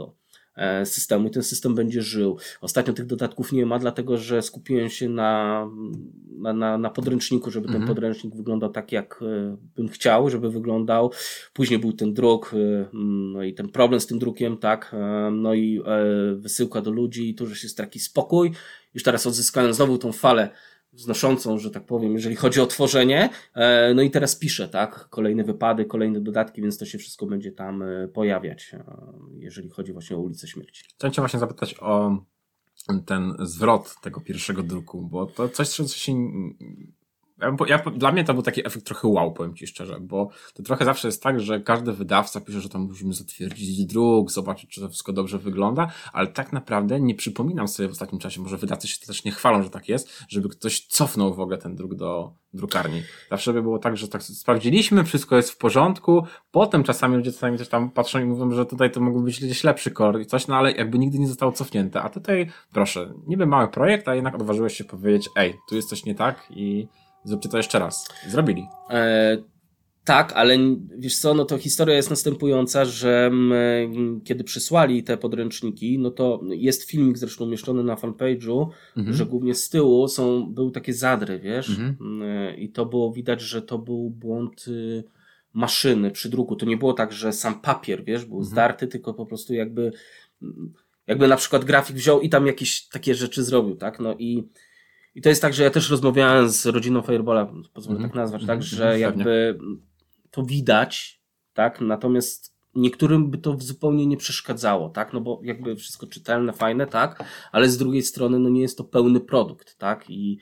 systemu i ten system będzie żył. Ostatnio tych dodatków nie ma, dlatego że skupiłem się na podręczniku, żeby ten podręcznik wyglądał tak, jak bym chciał, żeby wyglądał. Później był ten druk, no i ten problem z tym drukiem, tak, no i wysyłka do ludzi i tu już jest taki spokój. Już teraz odzyskałem znowu tą falę wznoszącą, że tak powiem, jeżeli chodzi o tworzenie. No i teraz piszę, tak, kolejne wypady, kolejne dodatki, więc to się wszystko będzie tam pojawiać, jeżeli chodzi właśnie o Ulicę Śmierci. Chciałem cię właśnie zapytać o ten zwrot tego pierwszego druku, bo to coś co się... Dla mnie to był taki efekt trochę wow, powiem ci szczerze, bo to trochę zawsze jest tak, że każdy wydawca pisze, że tam musimy zatwierdzić druk, zobaczyć, czy to wszystko dobrze wygląda, ale tak naprawdę nie przypominam sobie w ostatnim czasie, może wydawcy się też nie chwalą, że tak jest, żeby ktoś cofnął w ogóle ten druk do drukarni. Zawsze by było tak, że tak sprawdziliśmy, wszystko jest w porządku, potem czasami ludzie też tam patrzą i mówią, że tutaj to mógł być gdzieś lepszy kolor i coś, no ale jakby nigdy nie zostało cofnięte, a tutaj proszę, niby mały projekt, a jednak odważyłeś się powiedzieć, tu jest coś nie tak i zróbcie to jeszcze raz. Zrobili. Tak, ale wiesz co, no to historia jest następująca, że kiedy przysłali te podręczniki, no to jest filmik zresztą umieszczony na fanpage'u, że głównie z tyłu były takie zadry, wiesz, i to było widać, że to był błąd maszyny przy druku. To nie było tak, że sam papier, wiesz, był zdarty, tylko po prostu jakby na przykład grafik wziął i tam jakieś takie rzeczy zrobił, tak, no i to jest tak, że ja też rozmawiałem z rodziną Fireballa, pozwolę tak nazwać, tak, że jakby to widać, tak, natomiast niektórym by to zupełnie nie przeszkadzało, tak, no bo jakby wszystko czytelne, fajne, tak, ale z drugiej strony no nie jest to pełny produkt, tak, i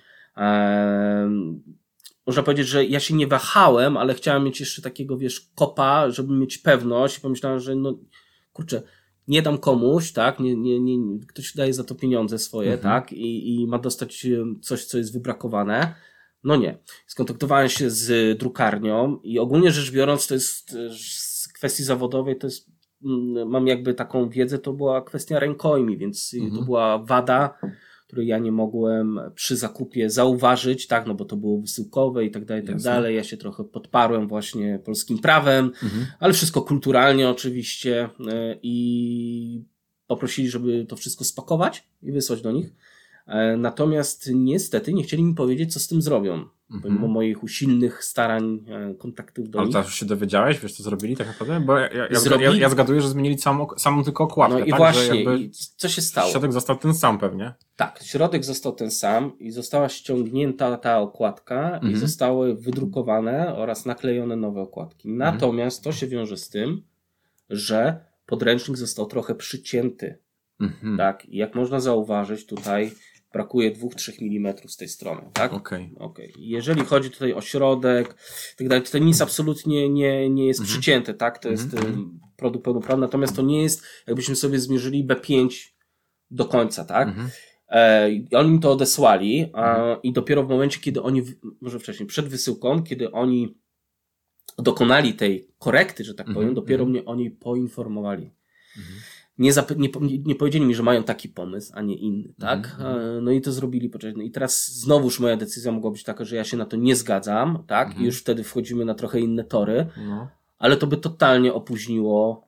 można powiedzieć, że ja się nie wahałem, ale chciałem mieć jeszcze takiego, wiesz, kopa, żeby mieć pewność i pomyślałem, że no, kurczę, nie dam komuś, tak, ktoś daje za to pieniądze swoje, tak, i ma dostać coś, co jest wybrakowane. No nie. Skontaktowałem się z drukarnią i ogólnie rzecz biorąc, to jest z kwestii zawodowej, to jest, mam jakby taką wiedzę, to była kwestia rękojmi, więc to była wada, której ja nie mogłem przy zakupie zauważyć, tak, no bo to było wysyłkowe i tak dalej, tak dalej. Ja się trochę podparłem właśnie polskim prawem, ale wszystko kulturalnie oczywiście i poprosili, żeby to wszystko spakować i wysłać do nich. Natomiast niestety nie chcieli mi powiedzieć, co z tym zrobią. Pomimo moich usilnych starań, kontaktów do nich. Ale już się dowiedziałeś, wiesz co zrobili tak naprawdę? Bo ja zgaduję, że zmienili samą tylko okładkę. No i tak? właśnie, i co się stało? Środek został ten sam pewnie. Tak, środek został ten sam i została ściągnięta ta okładka i zostały wydrukowane oraz naklejone nowe okładki. Natomiast to się wiąże z tym, że podręcznik został trochę przycięty. Tak, i jak można zauważyć, tutaj brakuje 2-3 mm z tej strony, tak? Okej. Jeżeli chodzi tutaj o środek, tak dalej, tutaj nic absolutnie nie jest przycięte, tak? To jest produkt pełnoprawny, natomiast to nie jest, jakbyśmy sobie zmierzyli B5 do końca, tak? I oni mi to odesłali i dopiero w momencie, kiedy oni, może wcześniej, przed wysyłką, kiedy oni dokonali tej korekty, że tak powiem, dopiero mnie o niej poinformowali. Nie powiedzieli mi, że mają taki pomysł, a nie inny, tak? No i to zrobili. No i teraz znowuż moja decyzja mogła być taka, że ja się na to nie zgadzam, tak? I już wtedy wchodzimy na trochę inne tory, ale to by totalnie opóźniło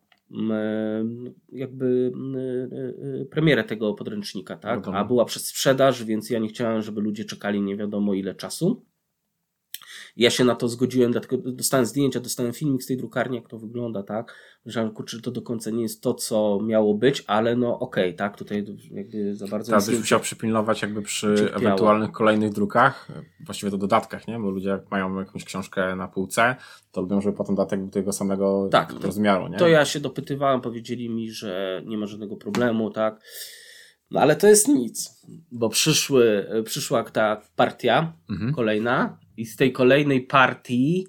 jakby premierę tego podręcznika, tak? A była przedsprzedaż, więc ja nie chciałem, żeby ludzie czekali nie wiadomo ile czasu. Ja się na to zgodziłem, dlatego dostałem zdjęcia, dostałem filmik z tej drukarni, jak to wygląda, tak? Myślałem, kurczę, to do końca nie jest to, co miało być, ale no okej, tak? Tutaj jakby za bardzo... Tak, byś musiał przypilnować jakby przy ewentualnych kolejnych drukach, właściwie to dodatkach, nie? Bo ludzie jak mają jakąś książkę na półce, to lubią, żeby potem dodatek był tego samego rozmiaru, nie? To ja się dopytywałem, powiedzieli mi, że nie ma żadnego problemu, tak? No ale to jest nic, bo przyszła ta partia kolejna i z tej kolejnej partii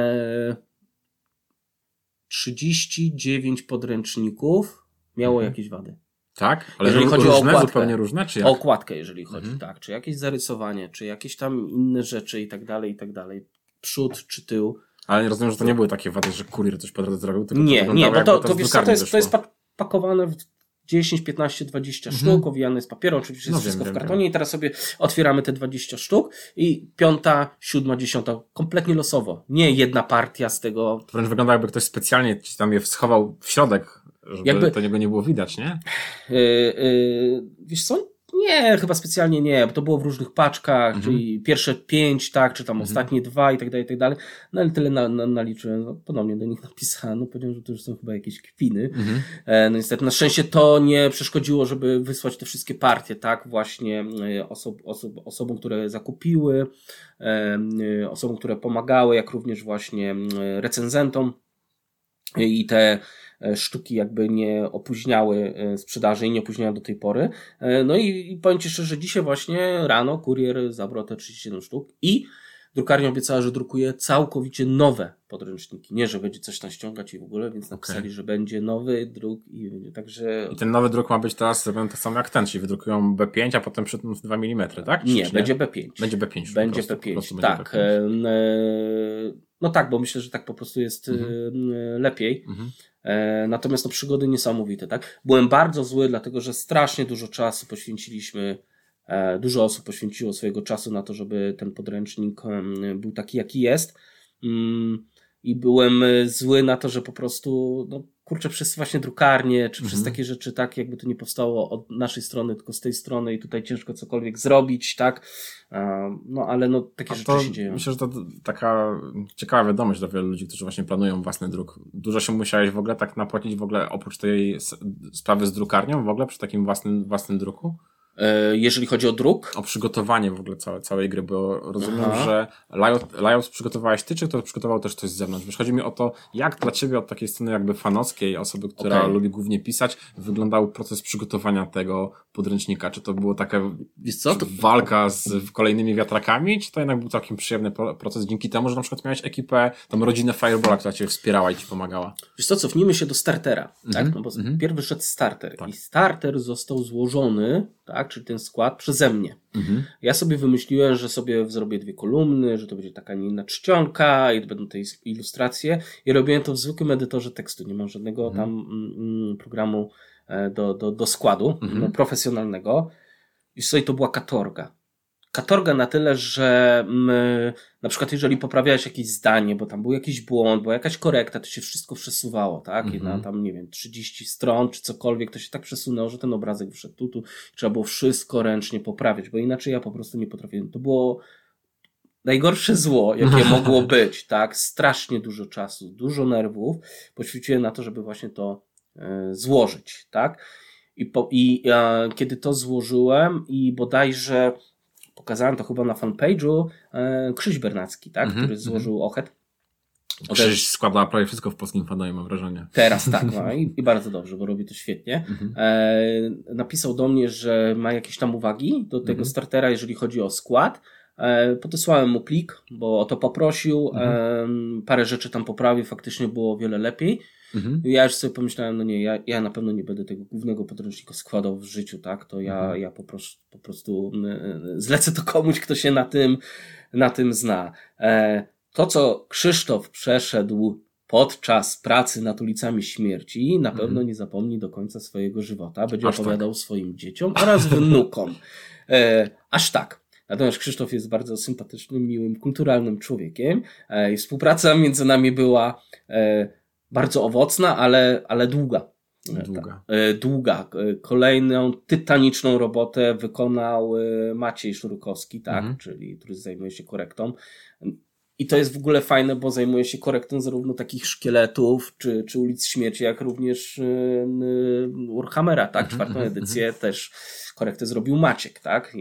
39 podręczników miało jakieś wady. Tak? Ale jeżeli chodzi o okładkę, zupełnie różne, czy jak? O okładkę, jeżeli chodzi, tak. Czy jakieś zarysowanie, czy jakieś tam inne rzeczy i tak dalej, przód czy tył. Ale nie rozumiem, że to nie były takie wady, że kurier coś po drodze zrobił, tylko nie, bo to wiesz co, to jest pakowane w 10, 15, 20 sztuk, owijane z papieru, oczywiście jest wszystko w kartonie i teraz sobie otwieramy te 20 sztuk i 5., 7., 10, kompletnie losowo. Nie jedna partia z tego. To wręcz wygląda, jakby ktoś specjalnie tam je schował w środek Żeby to niego nie było widać, nie? Wiesz co? Nie, chyba specjalnie nie, bo to było w różnych paczkach, czyli pierwsze 5, tak, czy tam ostatnie 2 i tak dalej, i tak dalej. No ale tyle naliczyłem, no, ponownie do nich napisałem, no powiedziałem, że to już są chyba jakieś kpiny. No niestety, na szczęście to nie przeszkodziło, żeby wysłać te wszystkie partie, tak, właśnie osobom, które zakupiły, osobom, które pomagały, jak również właśnie recenzentom i te sztuki jakby nie opóźniały sprzedaży i nie opóźniały do tej pory. No i powiem Ci szczerze, że dzisiaj właśnie rano kurier zabrał te 37 sztuk i drukarnia obiecała, że drukuje całkowicie nowe podręczniki. Nie, że będzie coś tam ściągać i w ogóle, więc napisali, że będzie nowy druk i będzie także... I ten nowy druk ma być teraz zrobiony tak samo jak ten, czyli wydrukują B5, a potem przytną 2 mm, tak? Nie, będzie B5. Będzie B5. Będzie B5, tak. No tak, bo myślę, że tak po prostu jest lepiej. Natomiast przygody niesamowite, tak? Byłem bardzo zły, dlatego że strasznie dużo czasu poświęciliśmy, dużo osób poświęciło swojego czasu na to, żeby ten podręcznik był taki, jaki jest. I byłem zły na to, że po prostu, no kurczę, przez właśnie drukarnię, czy przez takie rzeczy, tak, jakby to nie powstało od naszej strony, tylko z tej strony i tutaj ciężko cokolwiek zrobić, tak, no ale no takie rzeczy się dzieją. Myślę, że to taka ciekawa wiadomość dla wielu ludzi, którzy właśnie planują własny druk. Dużo się musiałeś w ogóle tak napłacić w ogóle oprócz tej sprawy z drukarnią w ogóle przy takim własnym druku? Jeżeli chodzi o druk? O przygotowanie w ogóle całej gry, bo rozumiem, że layout przygotowałeś ty, czy to przygotował też ktoś z zewnątrz? Wiesz, chodzi mi o to, jak dla ciebie od takiej strony jakby fanowskiej, osoby, która lubi głównie pisać, wyglądał proces przygotowania tego podręcznika? Czy to było taka walka z kolejnymi wiatrakami, czy to jednak był całkiem przyjemny proces dzięki temu, że na przykład miałeś ekipę, tą rodzinę Fireballa, która cię wspierała i ci pomagała? Wiesz co, cofnijmy się do startera, tak? No bo pierw wyszedł starter i starter został złożony, tak, czyli ten skład przeze mnie. Ja sobie wymyśliłem, że sobie zrobię 2 kolumny, że to będzie taka inna czcionka i będą te ilustracje i robiłem to w zwykłym edytorze tekstu. Nie mam żadnego tam programu do składu profesjonalnego. I sobie to była katorga. Katorga na tyle, że na przykład jeżeli poprawiałeś jakieś zdanie, bo tam był jakiś błąd, była jakaś korekta, to się wszystko przesuwało, tak? I na tam, nie wiem, 30 stron czy cokolwiek, to się tak przesunęło, że ten obrazek wyszedł tu. Trzeba było wszystko ręcznie poprawiać, bo inaczej ja po prostu nie potrafiłem. To było najgorsze zło, jakie mogło być, tak? Strasznie dużo czasu, dużo nerwów poświęciłem na to, żeby właśnie to złożyć, tak? I kiedy to złożyłem i bodajże pokazałem to chyba na fanpage'u Krzyś Bernacki, tak, który złożył Ochet. Krzyś składa prawie wszystko w polskim fandomie, mam wrażenie. Teraz tak, no, i bardzo dobrze, bo robi to świetnie. Napisał do mnie, że ma jakieś tam uwagi do tego startera, jeżeli chodzi o skład. Podesłałem mu plik, bo o to poprosił. Parę rzeczy tam poprawił, faktycznie było o wiele lepiej. Ja już sobie pomyślałem, no nie, ja na pewno nie będę tego głównego podręcznika składał w życiu, tak, to ja po prostu zlecę to komuś, kto się na tym zna. To, co Krzysztof przeszedł podczas pracy nad Ulicami Śmierci, na pewno nie zapomni do końca swojego żywota. Będzie opowiadał swoim dzieciom oraz wnukom. Aż tak. Natomiast Krzysztof jest bardzo sympatycznym, miłym, kulturalnym człowiekiem i współpraca między nami była bardzo owocna, ale długa. Długa. Kolejną tytaniczną robotę wykonał Maciej Szurkowski, tak, czyli który zajmuje się korektą. I to jest w ogóle fajne, bo zajmuje się korektą zarówno takich szkieletów, czy Ulic Śmierci, jak również Warhammera, tak, 4. edycję też korektę zrobił Maciek, tak,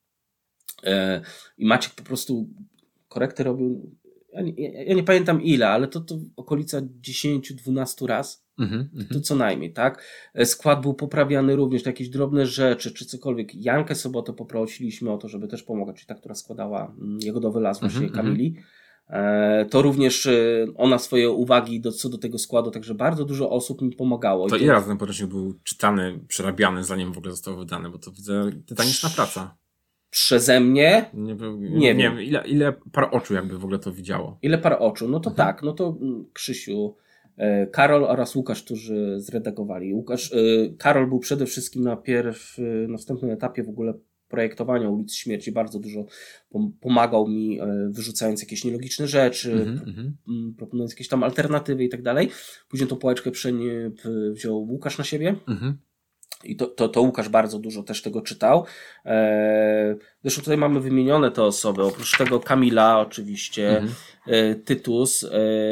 i Maciek po prostu korektę robił, ja nie pamiętam ile, ale to okolica 10-12 raz, to co najmniej, tak. Skład był poprawiany również, jakieś drobne rzeczy, czy cokolwiek. Jankę Sobotę poprosiliśmy o to, żeby też pomogła, czyli ta, która składała Jagodowy Las właśnie Kamili. To również ona swoje uwagi co do tego składu, także bardzo dużo osób mi pomagało. To ile razy ten podręcznik był czytany, przerabiany, zanim w ogóle został wydany, bo to widzę tytaniczna praca. Przeze mnie? Nie wiem. Ile par oczu jakby w ogóle to widziało? Ile par oczu? No to tak, no to Krzysiu, Karol oraz Łukasz, którzy zredagowali. Karol był przede wszystkim na wstępnym etapie w ogóle projektowania ulic Śmierci bardzo dużo pomagał mi, wyrzucając jakieś nielogiczne rzeczy, proponując jakieś tam alternatywy i tak dalej. Później tą pałeczkę wziął Łukasz na siebie. I to Łukasz bardzo dużo też tego czytał. Zresztą tutaj mamy wymienione te osoby. Oprócz tego Kamila oczywiście, Tytus,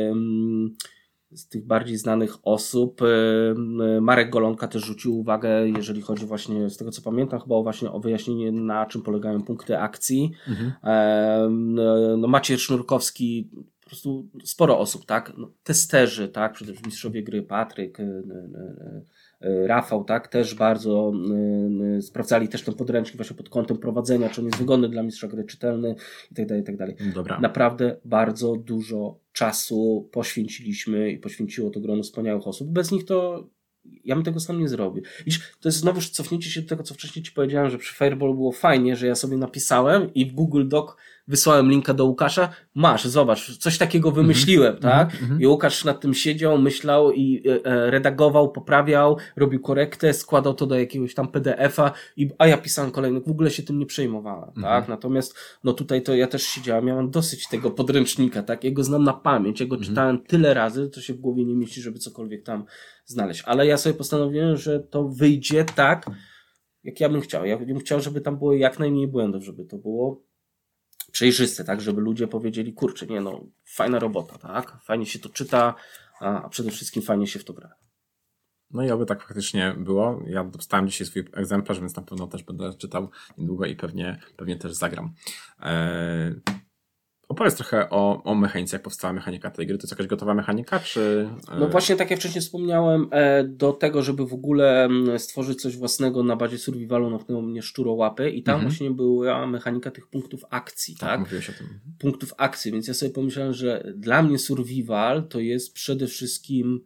z tych bardziej znanych osób. Marek Golonka też rzucił uwagę, jeżeli chodzi właśnie, z tego co pamiętam, chyba właśnie o wyjaśnienie, na czym polegają punkty akcji. No Maciej Sznurkowski, po prostu sporo osób, tak? No, testerzy, tak? Przede wszystkim mistrzowie gry, Patryk, Rafał, tak, też bardzo sprawdzali też ten podręcznik właśnie pod kątem prowadzenia, czy on jest wygodny dla mistrza gry, czytelny i tak dalej, i tak dalej. Dobra. Naprawdę bardzo dużo czasu poświęciliśmy i poświęciło to grono wspaniałych osób. Bez nich to ja bym tego sam nie zrobił. Widzisz, to jest znowu cofnięcie się do tego, co wcześniej ci powiedziałem, że przy Fireball było fajnie, że ja sobie napisałem i w Google Doc wysłałem linka do Łukasza. Masz, zobacz, coś takiego wymyśliłem, tak? I Łukasz nad tym siedział, myślał i redagował, poprawiał, robił korektę, składał to do jakiegoś tam PDF-a, a ja pisałem kolejny. W ogóle się tym nie przejmowałem, tak? Natomiast no tutaj to ja też siedziałem, ja mam dosyć tego podręcznika, tak? Ja go znam na pamięć, ja go czytałem tyle razy, to się w głowie nie mieści, żeby cokolwiek tam znaleźć. Ale ja sobie postanowiłem, że to wyjdzie tak, jak ja bym chciał. Ja bym chciał, żeby tam było jak najmniej błędów, żeby to było przejrzyste, tak, żeby ludzie powiedzieli, kurczę, nie no, fajna robota, tak, fajnie się to czyta, a przede wszystkim fajnie się w to gra. No i oby tak faktycznie było. Ja dostałem dzisiaj swój egzemplarz, więc na pewno też będę czytał niedługo i pewnie też zagram. Opowiedz trochę o mechanice, jak powstała mechanika tej gry. To jest jakaś gotowa mechanika, czy... No właśnie, tak jak wcześniej wspomniałem, do tego, żeby w ogóle stworzyć coś własnego na bazie survivalu, napnęło mnie Szczurołapy i tam właśnie była mechanika tych punktów akcji, tak? Mówiłeś o tym. Punktów akcji, więc ja sobie pomyślałem, że dla mnie survival to jest przede wszystkim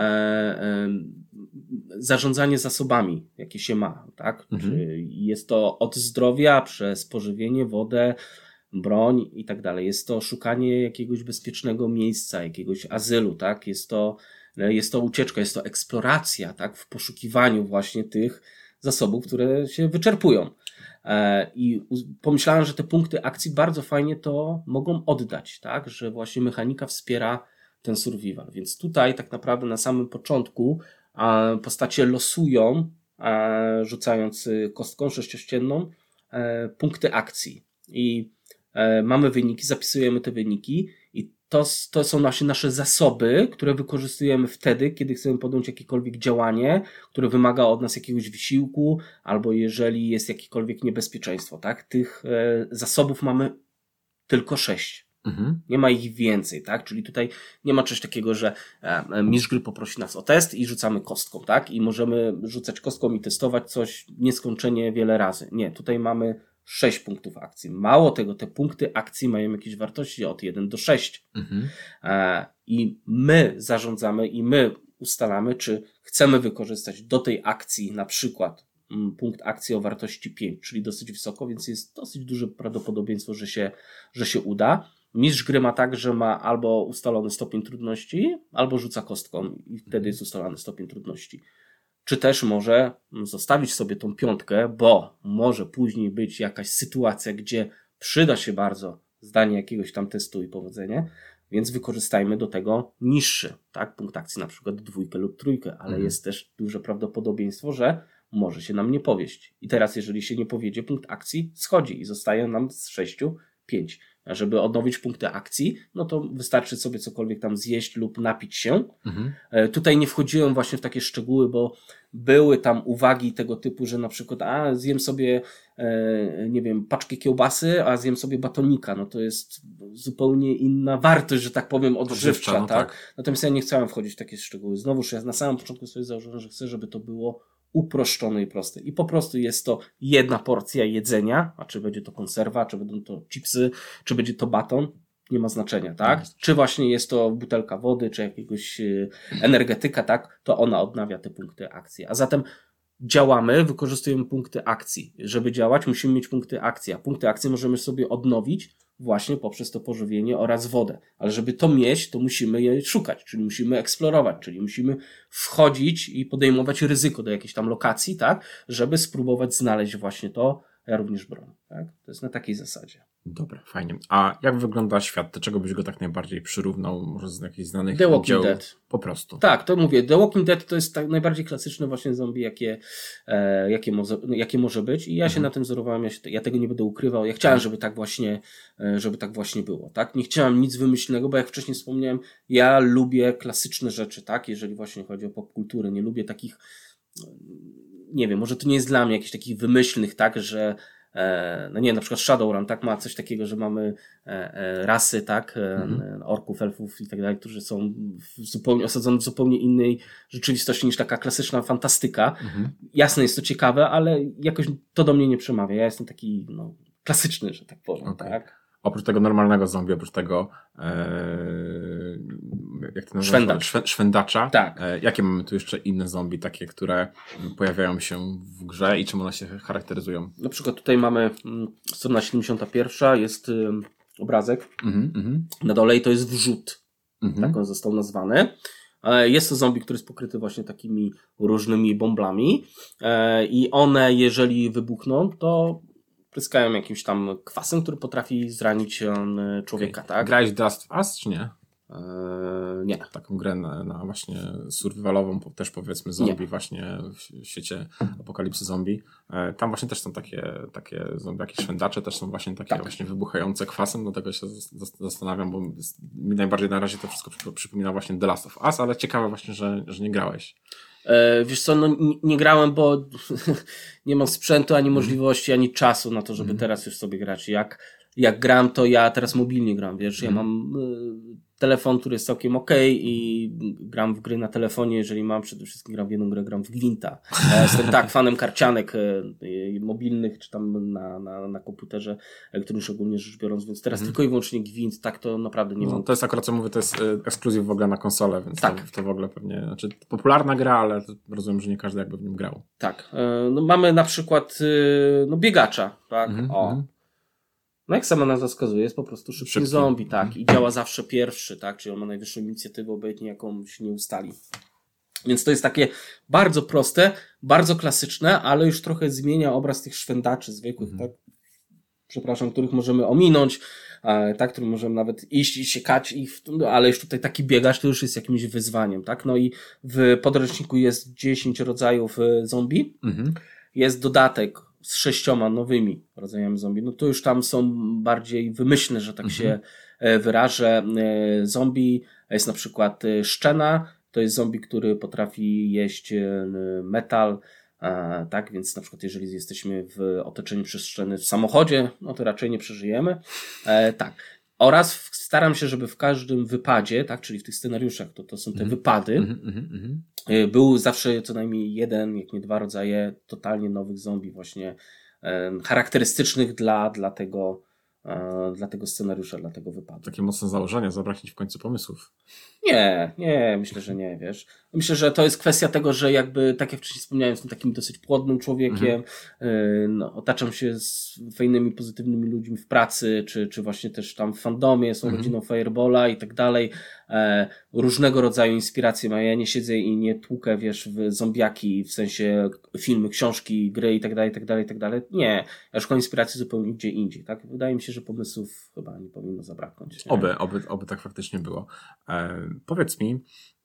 zarządzanie zasobami, jakie się ma, tak? Jest to od zdrowia przez pożywienie, wodę, broń i tak dalej. Jest to szukanie jakiegoś bezpiecznego miejsca, jakiegoś azylu, tak? Jest to ucieczka, jest to eksploracja, tak? W poszukiwaniu właśnie tych zasobów, które się wyczerpują. I pomyślałem, że te punkty akcji bardzo fajnie to mogą oddać, tak? Że właśnie mechanika wspiera ten survival. Więc tutaj tak naprawdę na samym początku postacie losują, rzucając kostką sześciościenną, punkty akcji. I mamy wyniki, zapisujemy te wyniki i to są nasze zasoby, które wykorzystujemy wtedy, kiedy chcemy podjąć jakiekolwiek działanie, które wymaga od nas jakiegoś wysiłku, albo jeżeli jest jakiekolwiek niebezpieczeństwo, tak? Tych zasobów mamy tylko 6. Nie ma ich więcej, tak? Czyli tutaj nie ma czegoś takiego, że mistrz gry poprosi nas o test i rzucamy kostką, tak? I możemy rzucać kostką i testować coś nieskończenie wiele razy. Nie, tutaj mamy 6 punktów akcji. Mało tego, te punkty akcji mają jakieś wartości od 1 do 6. I my zarządzamy i my ustalamy, czy chcemy wykorzystać do tej akcji na przykład punkt akcji o wartości 5, czyli dosyć wysoko, więc jest dosyć duże prawdopodobieństwo, że się uda. Mistrz gry ma tak, że ma albo ustalony stopień trudności, albo rzuca kostką i wtedy jest ustalany stopień trudności. Czy też może zostawić sobie tą 5, bo może później być jakaś sytuacja, gdzie przyda się bardzo zdanie jakiegoś tam testu i powodzenie, więc wykorzystajmy do tego niższy, tak? Punkt akcji, na przykład 2 lub 3, ale jest też duże prawdopodobieństwo, że może się nam nie powieść. I teraz, jeżeli się nie powiedzie, punkt akcji schodzi i zostaje nam z 6 5. A żeby odnowić punkty akcji, no to wystarczy sobie cokolwiek tam zjeść lub napić się. Tutaj nie wchodziłem właśnie w takie szczegóły, bo były tam uwagi tego typu, że na przykład zjem sobie nie wiem, paczkę kiełbasy, a zjem sobie batonika. No to jest zupełnie inna wartość, że tak powiem, odżywcza. No tak? Natomiast ja nie chciałem wchodzić w takie szczegóły. Znowuż ja na samym początku sobie założyłem, że chcę, żeby to było uproszczone i proste. I po prostu jest to jedna porcja jedzenia, a czy będzie to konserwa, czy będą to chipsy, czy będzie to baton, nie ma znaczenia, tak? Czy właśnie jest to butelka wody, czy jakiegoś energetyka, tak? To ona odnawia te punkty akcji. A zatem działamy, wykorzystujemy punkty akcji. Żeby działać, musimy mieć punkty akcji, a punkty akcji możemy sobie odnowić właśnie poprzez to pożywienie oraz wodę. Ale żeby to mieć, to musimy je szukać, czyli musimy eksplorować, czyli musimy wchodzić i podejmować ryzyko do jakiejś tam lokacji, tak, żeby spróbować znaleźć właśnie to, ja również broń. Tak? To jest na takiej zasadzie. Dobra, fajnie. A jak wygląda świat? Do czego byś go tak najbardziej przyrównał? Może z jakichś znanych The Walking dzieł? Dead. Po prostu. Tak, to mówię. The Walking Dead to jest tak najbardziej klasyczne właśnie zombie, jakie może być. I ja się na tym wzorowałem. Ja tego nie będę ukrywał. Ja chciałem, żeby tak właśnie było. Tak? Nie chciałem nic wymyślnego, bo jak wcześniej wspomniałem, ja lubię klasyczne rzeczy, tak? Jeżeli właśnie chodzi o popkulturę. Nie lubię takich, nie wiem, może to nie jest dla mnie jakichś takich wymyślnych, tak, że no nie, na przykład Shadowrun, tak, ma coś takiego, że mamy rasy, tak, orków, elfów i tak dalej, którzy są osadzone w zupełnie innej rzeczywistości niż taka klasyczna fantastyka. Jasne, jest to ciekawe, ale jakoś to do mnie nie przemawia. Ja jestem taki, klasyczny, że tak powiem, tak. Oprócz tego normalnego zombie, oprócz tego jak to nazywa? Szwendacza. Tak. Jakie mamy tu jeszcze inne zombie, takie, które pojawiają się w grze i czym one się charakteryzują? Na przykład tutaj mamy strona 71, jest obrazek na dole i to jest wrzód. Tak on został nazwany. Jest to zombie, który jest pokryty właśnie takimi różnymi bąblami i one, jeżeli wybuchną, to pryskają jakimś tam kwasem, który potrafi zranić człowieka, tak? Grałeś w The Last of Us, czy nie? Nie. Taką grę na właśnie survivalową, też powiedzmy zombie właśnie w świecie apokalipsy zombie. Tam właśnie też są takie zombie, jakieś szwendacze też są właśnie takie właśnie wybuchające kwasem, dlatego się zastanawiam, bo mi najbardziej na razie to wszystko przypomina właśnie The Last of Us, ale ciekawe właśnie, że nie grałeś. Wiesz co, nie grałem, bo nie mam sprzętu, ani możliwości, ani czasu na to, żeby teraz już sobie grać. Jak gram, to ja teraz mobilnie gram, wiesz, ja mam telefon, który jest całkiem okej i gram w gry na telefonie, jeżeli mam, przede wszystkim gram w jedną grę, gram w Gwinta. Jestem tak fanem karcianek mobilnych, czy tam na komputerze, który już ogólnie rzecz biorąc, więc teraz tylko i wyłącznie Gwint, tak to naprawdę nie mam. To jest akurat, co mówię, to jest ekskluzyw w ogóle na konsolę, więc to w ogóle pewnie, znaczy popularna gra, ale rozumiem, że nie każdy jakby w nim grał. Tak, mamy na przykład biegacza, tak, No jak sama nazwa wskazuje, jest po prostu szybki zombie, tak, i działa zawsze pierwszy, tak, czyli on ma najwyższą inicjatywę, obojętnie jaką się nie ustali. Więc to jest takie bardzo proste, bardzo klasyczne, ale już trochę zmienia obraz tych szwendaczy zwykłych, tak, przepraszam, których możemy ominąć, tak, którym możemy nawet iść i siekać, ale już tutaj taki biegacz to już jest jakimś wyzwaniem, tak, no i w podręczniku jest 10 rodzajów zombie, jest dodatek z 6 nowymi rodzajami zombie, no to już tam są bardziej wymyślne, że tak się wyrażę. Zombie jest na przykład szczena, to jest zombie, który potrafi jeść metal, tak, więc na przykład jeżeli jesteśmy w otoczeniu przez szczeny w samochodzie, no to raczej nie przeżyjemy. Tak. Oraz staram się, żeby w każdym wypadzie, tak, czyli w tych scenariuszach, to są te wypady, był zawsze co najmniej jeden, jak nie 2 rodzaje totalnie nowych zombie właśnie charakterystycznych dla tego scenariusza, dla tego wypadu. Takie mocne założenia, zabraknie w końcu pomysłów. Nie, myślę, że nie, wiesz. Myślę, że to jest kwestia tego, że jakby, tak jak wcześniej wspomniałem, jestem takim dosyć płodnym człowiekiem, otaczam się z fajnymi, pozytywnymi ludźmi w pracy, czy właśnie też tam w fandomie, jestem rodziną Fireballa i tak dalej. Różnego rodzaju inspiracje mają. Ja nie siedzę i nie tłukę, wiesz, w zombiaki, w sensie filmy, książki, gry i tak dalej. Nie, ja szukam inspiracji zupełnie gdzie indziej, tak? Wydaje mi się, że pomysłów chyba nie powinno zabraknąć. Nie? Oby tak faktycznie było. Powiedz mi,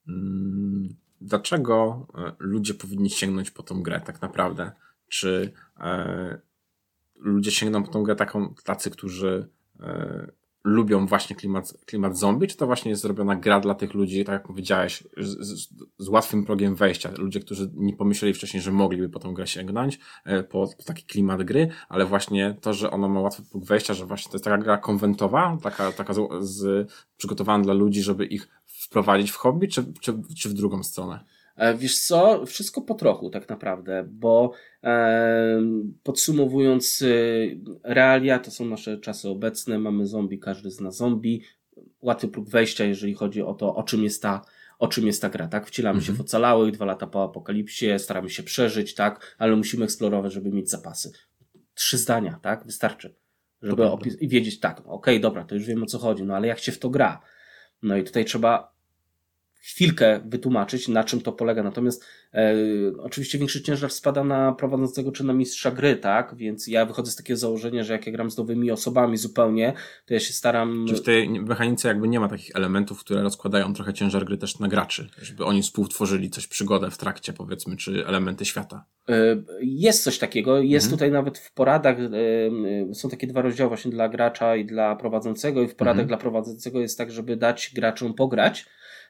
dlaczego ludzie powinni sięgnąć po tą grę tak naprawdę? Czy ludzie sięgną po tą grę tacy, którzy lubią właśnie klimat zombie, czy to właśnie jest zrobiona gra dla tych ludzi, tak jak powiedziałeś, z łatwym progiem wejścia. Ludzie, którzy nie pomyśleli wcześniej, że mogliby po tą grę sięgnąć, po taki klimat gry, ale właśnie to, że ona ma łatwy próg wejścia, że właśnie to jest taka gra konwentowa, taka przygotowana dla ludzi, żeby ich wprowadzić w hobby, czy w drugą stronę? Wiesz co, wszystko po trochu tak naprawdę, bo podsumowując realia, to są nasze czasy obecne, mamy zombie, każdy zna zombie, łatwy próg wejścia, jeżeli chodzi o to, o czym jest ta gra, tak? Wcielamy się w ocalałych, 2 lata po apokalipsie, staramy się przeżyć, tak? Ale musimy eksplorować, żeby mieć zapasy. 3 zdania, tak? Wystarczy, żeby i wiedzieć, tak, okej, dobra, to już wiem o co chodzi, no ale jak się w to gra? No i tutaj trzeba chwilkę wytłumaczyć, na czym to polega. Natomiast oczywiście większy ciężar spada na prowadzącego czy na mistrza gry, tak? Więc ja wychodzę z takiego założenia, że jak ja gram z nowymi osobami zupełnie, to ja się staram... Czy w tej mechanice jakby nie ma takich elementów, które rozkładają trochę ciężar gry też na graczy, żeby oni współtworzyli coś przygodę w trakcie, powiedzmy, czy elementy świata? Jest coś takiego, jest tutaj nawet w poradach, są takie 2 rozdziały właśnie dla gracza i dla prowadzącego i w poradach dla prowadzącego jest tak, żeby dać graczom pograć.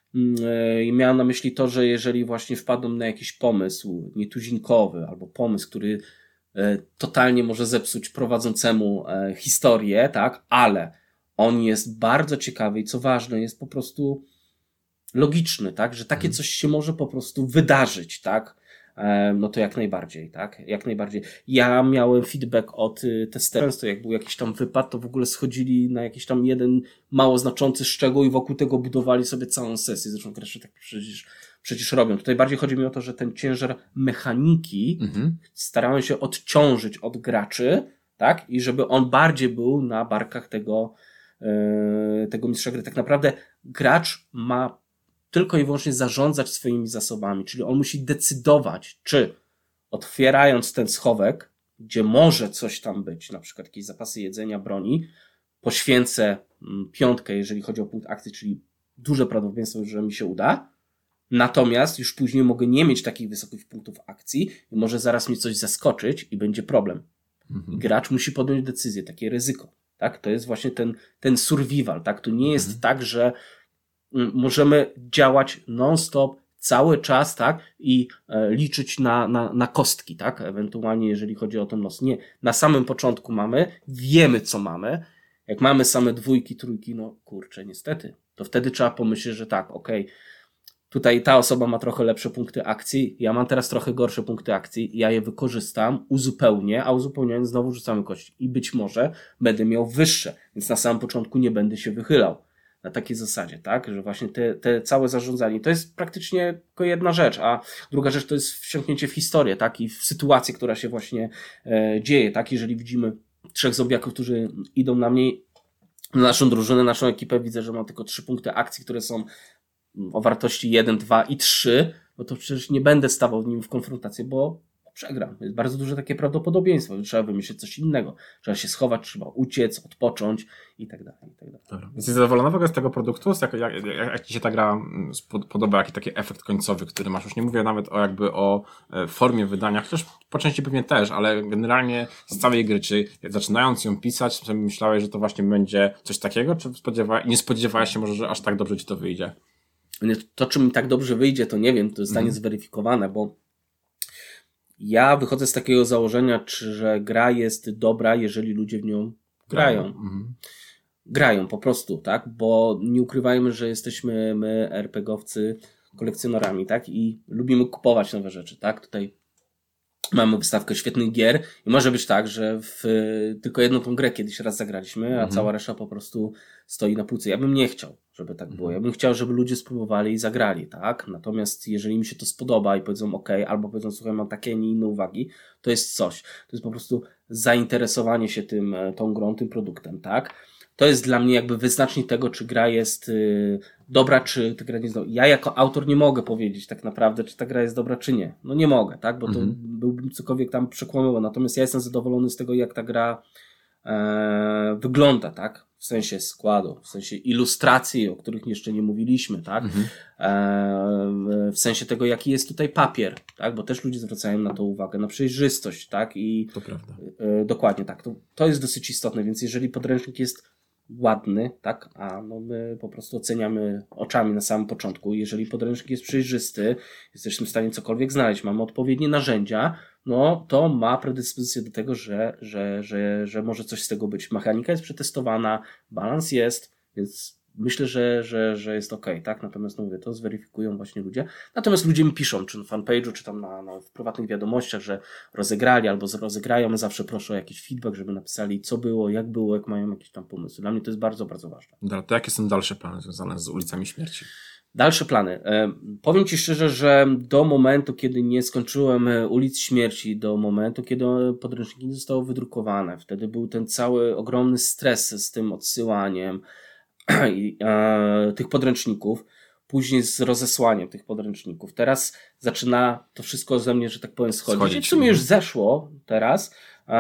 I miałem na myśli to, że jeżeli właśnie wpadną na jakiś pomysł nietuzinkowy albo pomysł, który totalnie może zepsuć prowadzącemu historię, tak, ale on jest bardzo ciekawy i co ważne, jest po prostu logiczny, tak, że takie coś się może po prostu wydarzyć, tak, no to jak najbardziej, tak, jak najbardziej. Ja miałem feedback od testerów, często jak był jakiś tam wypad, to w ogóle schodzili na jakiś tam jeden mało znaczący szczegół i wokół tego budowali sobie całą sesję, zresztą gracze tak przecież robią. Tutaj bardziej chodzi mi o to, że ten ciężar mechaniki starałem się odciążyć od graczy, tak, i żeby on bardziej był na barkach tego mistrza gry. Tak naprawdę gracz ma tylko i wyłącznie zarządzać swoimi zasobami, czyli on musi decydować, czy otwierając ten schowek, gdzie może coś tam być, na przykład jakieś zapasy jedzenia, broni, poświęcę 5, jeżeli chodzi o punkt akcji, czyli duże prawdopodobieństwo, że mi się uda, natomiast już później mogę nie mieć takich wysokich punktów akcji i może zaraz mnie coś zaskoczyć i będzie problem. I gracz musi podjąć decyzję, takie ryzyko. Tak? To jest właśnie ten survival. Tak? To nie jest tak, że możemy działać non-stop cały czas, tak, i liczyć na kostki, tak, ewentualnie jeżeli chodzi o ten los. Nie, na samym początku wiemy co mamy, jak mamy same 2, 3, no kurczę, niestety, to wtedy trzeba pomyśleć, że tak, okej, tutaj ta osoba ma trochę lepsze punkty akcji, ja mam teraz trochę gorsze punkty akcji, ja je wykorzystam, uzupełnię, a uzupełniając znowu rzucamy kości i być może będę miał wyższe, więc na samym początku nie będę się wychylał. Na takiej zasadzie, tak, że właśnie te całe zarządzanie to jest praktycznie tylko jedna rzecz, a druga rzecz to jest wsiąknięcie w historię, tak, i w sytuację, która się właśnie dzieje, tak, jeżeli widzimy 3 zombiaków, którzy idą na mnie, na naszą drużynę, naszą ekipę, widzę, że mam tylko 3 punkty akcji, które są o wartości 1, 2 i 3, no to przecież nie będę stawał z nim w konfrontację, bo przegram. Jest bardzo duże takie prawdopodobieństwo, że trzeba wymyślić coś innego. Trzeba się schować, trzeba uciec, odpocząć i tak dalej. Dobra. Jesteś zadowolony w ogóle z tego produktu? Jak Ci się ta gra podoba, jaki taki efekt końcowy, który masz? Już nie mówię nawet o formie wydania, chociaż po części pewnie też, ale generalnie z całej gry, czy zaczynając ją pisać, sobie myślałeś, że to właśnie będzie coś takiego, czy nie spodziewałeś się może, że aż tak dobrze Ci to wyjdzie? To, czy mi tak dobrze wyjdzie, to nie wiem, to zostanie zweryfikowane, bo ja wychodzę z takiego założenia, że gra jest dobra, jeżeli ludzie w nią grają. Grają po prostu, tak? Bo nie ukrywajmy, że jesteśmy my, RPGowcy, kolekcjonerami, tak? I lubimy kupować nowe rzeczy, tak? Tutaj mamy wystawkę świetnych gier i może być tak, że tylko jedną tą grę kiedyś raz zagraliśmy, a cała reszta po prostu stoi na półce. Ja bym nie chciał, żeby tak było. Ja bym chciał, żeby ludzie spróbowali i zagrali, tak? Natomiast jeżeli mi się to spodoba i powiedzą OK, albo powiedzą słuchaj, mam takie, a nie inne uwagi, to jest coś. To jest po prostu zainteresowanie się tą grą, tym produktem, tak? To jest dla mnie jakby wyznacznik tego, czy gra jest dobra, czy ta gra nie jest dobra. Ja jako autor nie mogę powiedzieć tak naprawdę, czy ta gra jest dobra, czy nie. No nie mogę, tak? Bo to byłbym cokolwiek tam przekłamywał. Natomiast ja jestem zadowolony z tego, jak ta gra wygląda, tak? W sensie składu, w sensie ilustracji, o których jeszcze nie mówiliśmy, tak? W sensie tego, jaki jest tutaj papier, tak? Bo też ludzie zwracają na to uwagę, na przejrzystość, tak? I to prawda. Dokładnie tak. To jest dosyć istotne, więc jeżeli podręcznik jest ładny, tak? A no my po prostu oceniamy oczami na samym początku. Jeżeli podręcznik jest przejrzysty, jesteśmy w stanie cokolwiek znaleźć, mamy odpowiednie narzędzia, no to ma predyspozycję do tego, że może coś z tego być. Mechanika jest przetestowana, balans jest, więc myślę, że jest okej, tak? Natomiast no mówię, to zweryfikują właśnie ludzie. Natomiast ludzie mi piszą, czy na fanpage'u, czy tam w prywatnych wiadomościach, że rozegrali albo rozegrają. My zawsze proszę o jakiś feedback, żeby napisali, co było, jak mają jakieś tam pomysły. Dla mnie to jest bardzo, bardzo ważne. Dobra, to jakie są dalsze plany związane z Ulicami Śmierci? Dalsze plany. Powiem Ci szczerze, że do momentu, kiedy nie skończyłem Ulic Śmierci, do momentu, kiedy podręczniki nie zostały wydrukowane, wtedy był ten cały ogromny stres z tym odsyłaniem tych podręczników. później z rozesłaniem tych podręczników. Teraz zaczyna to wszystko ze mnie, że tak powiem, schodzić. I w sumie już zeszło teraz.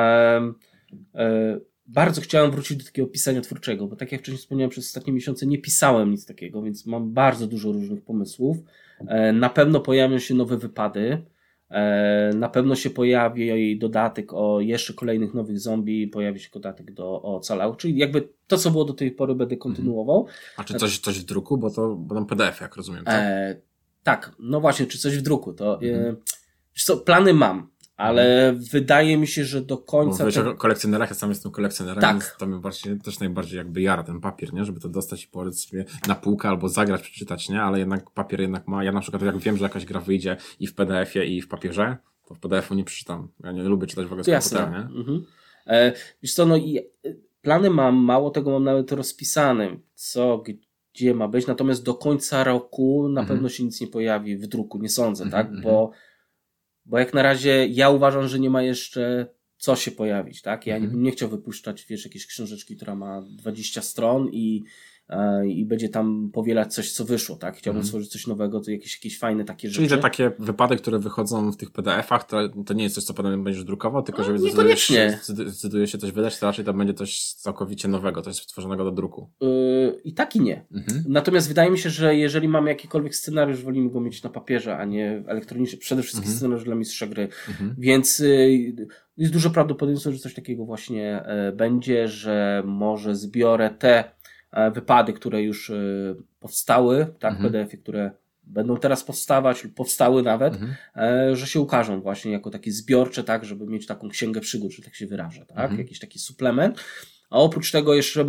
Bardzo chciałem wrócić do takiego pisania twórczego, bo tak jak wcześniej wspomniałem, przez ostatnie miesiące nie pisałem nic takiego, więc mam bardzo dużo różnych pomysłów. Na pewno pojawią się nowe wypady. Na pewno się pojawi dodatek o jeszcze kolejnych nowych zombie, pojawi się dodatek o ocalał, czyli jakby to, co było do tej pory, będę kontynuował. A czy coś w druku? Bo to będą PDF, jak rozumiem. Tak, tak, no właśnie, czy coś w druku, to wiesz co, plany mam, ale wydaje mi się, że do końca... Mówisz o kolekcjonerach, ja sam jestem kolekcjonerem, tak. Więc to mnie właśnie też najbardziej jakby jara ten papier, nie? Żeby to dostać i położyć sobie na półkę albo zagrać, przeczytać, nie? Ale jednak papier jednak ma... Ja na przykład jak wiem, że jakaś gra wyjdzie i w PDF-ie i w papierze, to w PDF-u nie przeczytam. Ja nie lubię czytać w ogóle z komputera, nie? Wiesz co, no i plany mam, mało tego mam nawet rozpisane, gdzie ma być, natomiast do końca roku na pewno się nic nie pojawi w druku, nie sądzę, tak? Bo jak na razie ja uważam, że nie ma jeszcze co się pojawić, tak? Ja nie chciał wypuszczać, wiesz, jakiejś książeczki, która ma 20 stron i będzie tam powielać coś, co wyszło, tak? Chciałbym stworzyć coś nowego, to jakieś fajne takie rzeczy. Czyli te takie wypady, które wychodzą w tych PDF-ach, to nie jest coś, co potem będziesz drukował, tylko żeby zdecyduje się coś wydać, to raczej to będzie coś całkowicie nowego, coś stworzonego do druku. I tak i nie. Natomiast wydaje mi się, że jeżeli mamy jakikolwiek scenariusz, wolimy go mieć na papierze, a nie elektronicznie. Przede wszystkim scenariusz dla mistrza gry. Więc jest duże prawdopodobieństwo, że coś takiego właśnie będzie, że może zbiorę te wypady, które już powstały, tak, PDF-y, które będą teraz powstawać lub powstały nawet, że się ukażą właśnie jako takie zbiorcze, tak, żeby mieć taką księgę przygód, że tak się wyrażę, tak, jakiś taki suplement. A oprócz tego jeszcze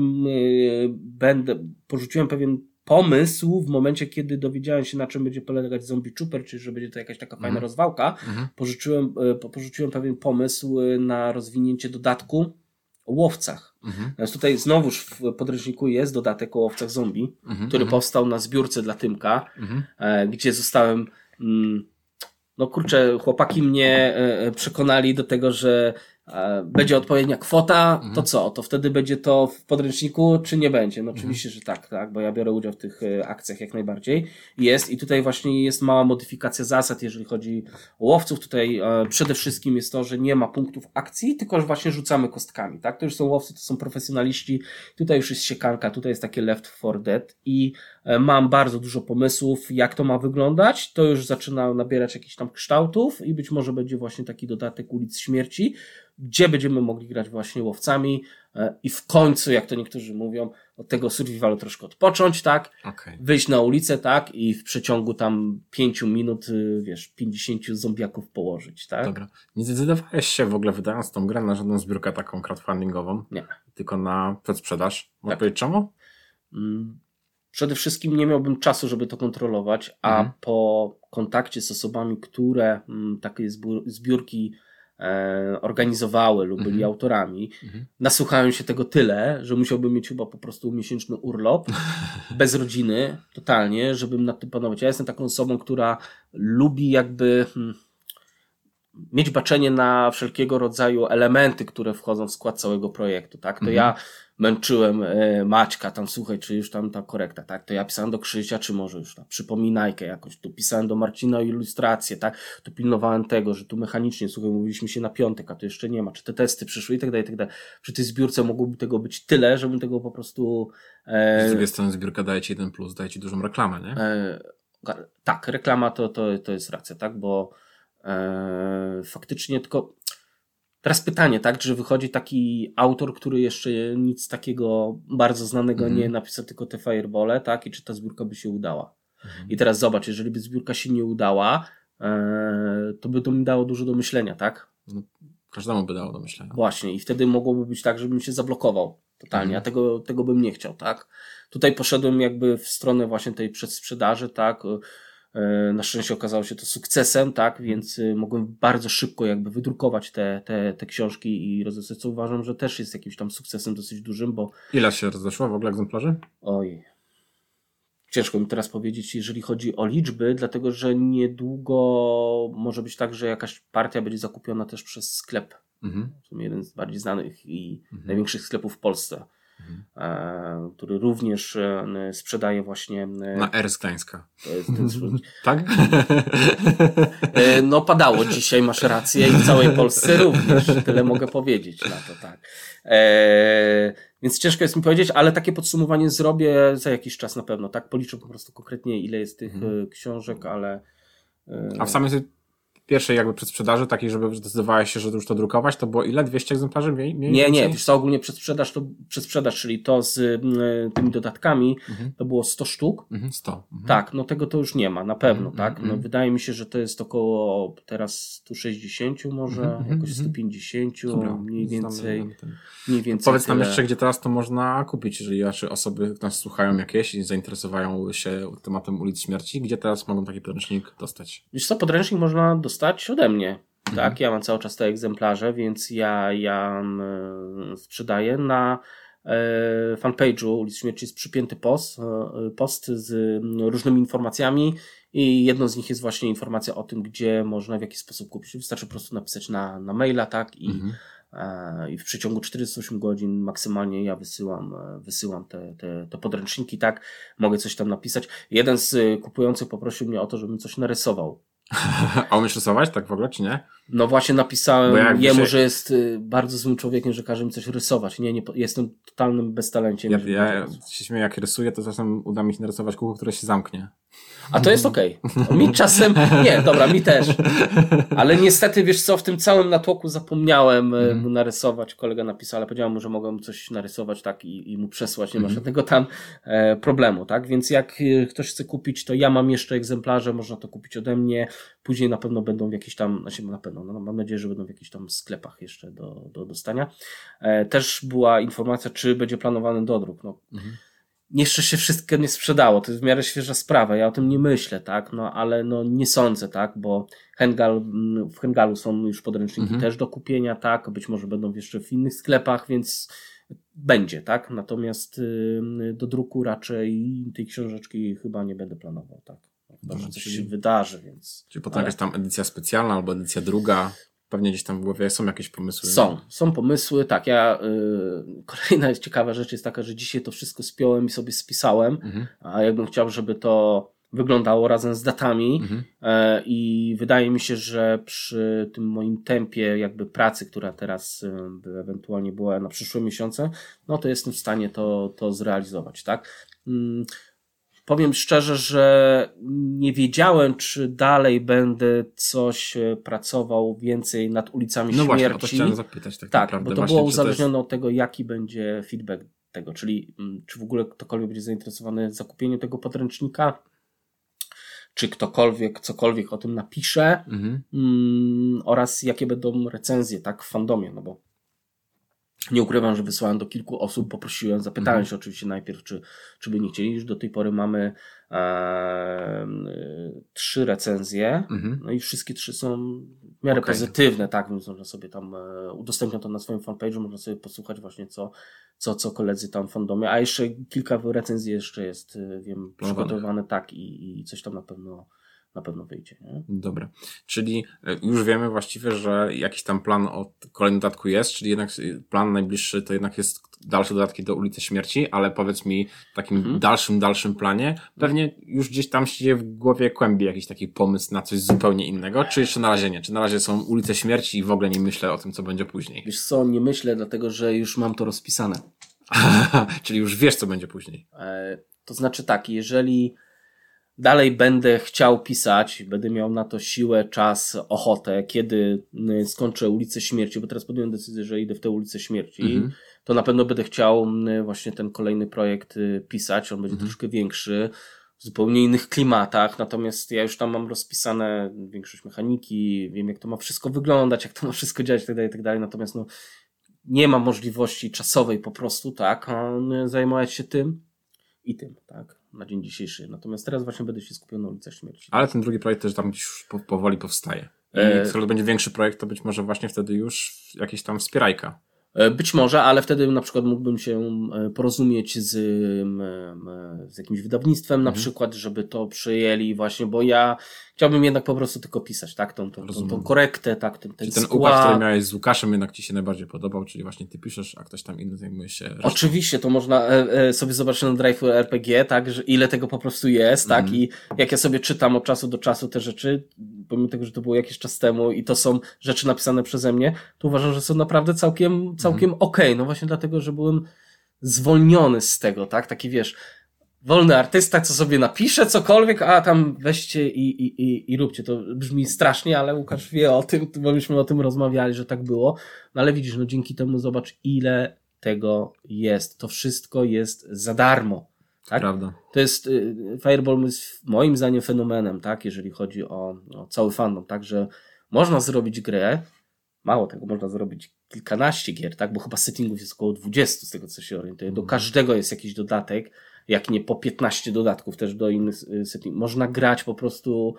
porzuciłem pewien pomysł w momencie, kiedy dowiedziałem się, na czym będzie polegać Zombie Trooper, czyli że będzie to jakaś taka fajna rozwałka. Porzuciłem pewien pomysł na rozwinięcie dodatku o łowcach. Więc tutaj znowuż w podręczniku jest dodatek o łowcach zombie, który powstał na zbiórce dla Tymka, gdzie zostałem no kurczę, chłopaki mnie przekonali do tego, że będzie odpowiednia kwota, to co? To wtedy będzie to w podręczniku, czy nie będzie? No oczywiście, że tak, bo ja biorę udział w tych akcjach jak najbardziej. I tutaj właśnie jest mała modyfikacja zasad, jeżeli chodzi o łowców. Tutaj przede wszystkim jest to, że nie ma punktów akcji, tylko że właśnie rzucamy kostkami, tak? To już są łowcy, to są profesjonaliści. Tutaj już jest siekanka, tutaj jest takie Left 4 Dead i mam bardzo dużo pomysłów, jak to ma wyglądać. To już zaczyna nabierać jakichś tam kształtów i być może będzie właśnie taki dodatek Ulic Śmierci, gdzie będziemy mogli grać właśnie łowcami i w końcu, jak to niektórzy mówią, od tego survivalu troszkę odpocząć, tak? Wyjść na ulicę, tak? I w przeciągu tam 5 minut, 50 zombiaków położyć, tak? Dobra. Nie zdecydowałeś się w ogóle, wydając tą grę, na żadną zbiórkę taką crowdfundingową? Nie. Tylko na przedsprzedaż? Można powiedzieć czemu? Przede wszystkim nie miałbym czasu, żeby to kontrolować, a po kontakcie z osobami, które takie zbiórki organizowały lub byli autorami, nasłuchałem się tego tyle, że musiałbym mieć chyba po prostu miesięczny urlop bez rodziny, totalnie, żebym nad tym panować. Ja jestem taką osobą, która lubi jakby mieć baczenie na wszelkiego rodzaju elementy, które wchodzą w skład całego projektu, tak? To ja męczyłem Maćka, tam słuchaj, czy już tam ta korekta, tak? To ja pisałem do Krzysia, czy może już tam przypominajkę jakoś, tu pisałem do Marcina o ilustrację, tak? Tu pilnowałem tego, że tu mechanicznie, słuchaj, mówiliśmy się na piątek, a tu jeszcze nie ma, czy te testy przyszły i tak dalej, i tak dalej. Przy tej zbiórce mogłoby tego być tyle, żebym tego po prostu... Z drugiej strony zbiórka daje ci 1+, daje ci dużą reklamę, nie? Tak, reklama to jest racja, tak? Bo faktycznie tylko teraz pytanie, tak, czy wychodzi taki autor, który jeszcze nic takiego bardzo znanego nie napisał, tylko te Firebole, tak, i czy ta zbiórka by się udała. I teraz zobacz, jeżeli by zbiórka się nie udała, to by to mi dało dużo do myślenia, tak? No, każdemu by dało do myślenia. Właśnie, i wtedy mogłoby być tak, żebym się zablokował totalnie, a tego bym nie chciał, tak? Tutaj poszedłem jakby w stronę właśnie tej przedsprzedaży, tak? Na szczęście okazało się to sukcesem, tak, więc mogłem bardzo szybko jakby wydrukować te książki i rozesłać, co uważam, że też jest jakimś tam sukcesem dosyć dużym, bo... Ile się rozeszło w ogóle egzemplarzy? Oj, ciężko mi teraz powiedzieć, jeżeli chodzi o liczby, dlatego, że niedługo może być tak, że jakaś partia będzie zakupiona też przez sklep. W sumie jeden z bardziej znanych i największych sklepów w Polsce. który również sprzedaje właśnie... Na R z Gdańska. To jest tak? No padało dzisiaj, masz rację, i w całej Polsce również. Tyle mogę powiedzieć na to, tak. Więc ciężko jest mi powiedzieć, ale takie podsumowanie zrobię za jakiś czas na pewno, tak? Policzę po prostu konkretnie, ile jest tych książek, ale... A w samej pierwszej jakby przedsprzedaży, takiej, żeby zdecydowałeś się, że już to drukować, to było ile? 200 egzemplarzy mniej? Nie, wiesz co, ogólnie przedsprzedaż, czyli to z tymi dodatkami, to było 100 sztuk. 100. Tak, no tego to już nie ma, na pewno, tak? No, wydaje mi się, że to jest około teraz 160 może, jakoś 150, Dobra, mniej więcej. Powiedz nam jeszcze, gdzie teraz to można kupić, jeżeli osoby nas słuchają jakieś i zainteresowają się tematem ulic Śmierci, gdzie teraz mogą taki podręcznik dostać? Wiesz co, podręcznik można dostać ode mnie. Tak, ja mam cały czas te egzemplarze, więc ja sprzedaję. Na fanpage'u Ulic Śmierci jest przypięty post z różnymi informacjami i jedną z nich jest właśnie informacja o tym, gdzie można, w jaki sposób kupić. Wystarczy po prostu napisać na maila, tak, i w przeciągu 48 godzin maksymalnie ja wysyłam te podręczniki, tak, mogę coś tam napisać. Jeden z kupujących poprosił mnie o to, żebym coś narysował. A umiesz rysować tak w ogóle, czy nie? No właśnie napisałem jemu, że jest bardzo złym człowiekiem, że każe mi coś rysować. Nie, jestem totalnym beztalenciem. Ja się śmieję, jak rysuję, to czasem uda mi się narysować kółko, które się zamknie. A to jest okej. Mi czasem... Nie, dobra, mi też. Ale niestety, wiesz co, w tym całym natłoku zapomniałem mu narysować. Kolega napisał, ale powiedziałem mu, że mogę mu coś narysować tak i mu przesłać. Nie ma żadnego tam problemu, tak? Więc jak ktoś chce kupić, to ja mam jeszcze egzemplarze, można to kupić ode mnie. Później na pewno będą w jakichś tam... na pewno, no, mam nadzieję, że będą w jakichś tam sklepach jeszcze do dostania. Też była informacja, czy będzie planowany dodruk. No. Jeszcze się wszystko nie sprzedało, to jest w miarę świeża sprawa, ja o tym nie myślę, tak, no ale no nie sądzę, tak, bo w Hengalu są już podręczniki też do kupienia, tak, być może będą jeszcze w innych sklepach, więc będzie, tak, natomiast do druku raczej tej książeczki chyba nie będę planował, tak, chyba, że coś się wydarzy, więc... Czy potem jakaś tam edycja specjalna albo edycja druga? Pewnie gdzieś tam w głowie są jakieś pomysły. Są pomysły, tak. Kolejna ciekawa rzecz jest taka, że dzisiaj to wszystko spiąłem i sobie spisałem, a jakbym chciał, żeby to wyglądało razem z datami i wydaje mi się, że przy tym moim tempie jakby pracy, która teraz by ewentualnie była na przyszłe miesiące, no to jestem w stanie to zrealizować, tak. Powiem szczerze, że nie wiedziałem, czy dalej będę coś pracował więcej nad ulicami Śmierci. No właśnie, o to chciałem zapytać. Tak naprawdę. Bo to było uzależnione od tego, jaki będzie feedback tego, czyli czy w ogóle ktokolwiek będzie zainteresowany zakupieniem tego podręcznika, czy ktokolwiek cokolwiek o tym napisze oraz jakie będą recenzje, tak, w fandomie, no bo nie ukrywam, że wysłałem do kilku osób, poprosiłem, zapytałem się oczywiście najpierw, czy by nie chcieli. Już do tej pory mamy 3 recenzje, no i wszystkie 3 są w miarę pozytywne, tak, więc można sobie tam udostępnią to na swoim fanpage'u, można sobie posłuchać właśnie co koledzy tam w fandomie, a jeszcze kilka recenzji jeszcze jest, wiem, przygotowane, tak, i coś tam na pewno wyjdzie. Nie? Dobra, czyli już wiemy właściwie, że jakiś tam plan o kolejnym dodatku jest, czyli jednak plan najbliższy to jednak jest dalsze dodatki do Ulicy Śmierci, ale powiedz mi w takim dalszym planie, pewnie już gdzieś tam się w głowie kłębi jakiś taki pomysł na coś zupełnie innego, czy jeszcze na razie nie? Czy na razie są Ulice Śmierci i w ogóle nie myślę o tym, co będzie później? Wiesz co, nie myślę, dlatego że już mam to rozpisane. Czyli już wiesz, co będzie później. To znaczy tak, jeżeli dalej będę chciał pisać, będę miał na to siłę, czas, ochotę, kiedy skończę Ulicę Śmierci, bo teraz podjąłem decyzję, że idę w tę Ulicę Śmierci, to na pewno będę chciał właśnie ten kolejny projekt pisać, on będzie troszkę większy, w zupełnie innych klimatach, natomiast ja już tam mam rozpisane większość mechaniki, wiem jak to ma wszystko wyglądać, jak to ma wszystko działać itd., natomiast no, nie ma możliwości czasowej po prostu, tak, zajmować się tym i tym, tak, na dzień dzisiejszy. Natomiast teraz właśnie będę się skupiał na Ulicach Śmierci. Ale ten drugi projekt też tam już powoli powstaje. I skoro to będzie większy projekt, to być może właśnie wtedy już jakieś tam wspierajka. Być może, ale wtedy na przykład mógłbym się porozumieć z jakimś wydawnictwem na przykład, żeby to przyjęli właśnie, bo ja chciałbym jednak po prostu tylko pisać, tak? Tą korektę, tak? Ten skład. Układ, który miałeś z Łukaszem, jednak ci się najbardziej podobał, czyli właśnie ty piszesz, a ktoś tam inny zajmuje się resztą. Oczywiście, to można sobie zobaczyć na Drive RPG, tak? Że ile tego po prostu jest, tak? I jak ja sobie czytam od czasu do czasu te rzeczy, pomimo tego, że to było jakiś czas temu i to są rzeczy napisane przeze mnie, to uważam, że są naprawdę całkiem okej. No właśnie dlatego, że byłem zwolniony z tego, tak? Taki wiesz, wolny artysta, co sobie napisze cokolwiek, a tam weźcie i róbcie. To brzmi strasznie, ale Łukasz wie o tym, bo myśmy o tym rozmawiali, że tak było. No ale widzisz, no dzięki temu zobacz, ile tego jest. To wszystko jest za darmo. Tak? Prawda. To jest, Fireball jest moim zdaniem fenomenem, tak? Jeżeli chodzi o cały fandom, tak? Że można zrobić grę, mało tego, można zrobić kilkanaście gier, tak? Bo chyba settingów jest około 20 z tego, co się orientuję. Do każdego jest jakiś dodatek, jak nie po 15 dodatków też do innych settingów. Można grać po prostu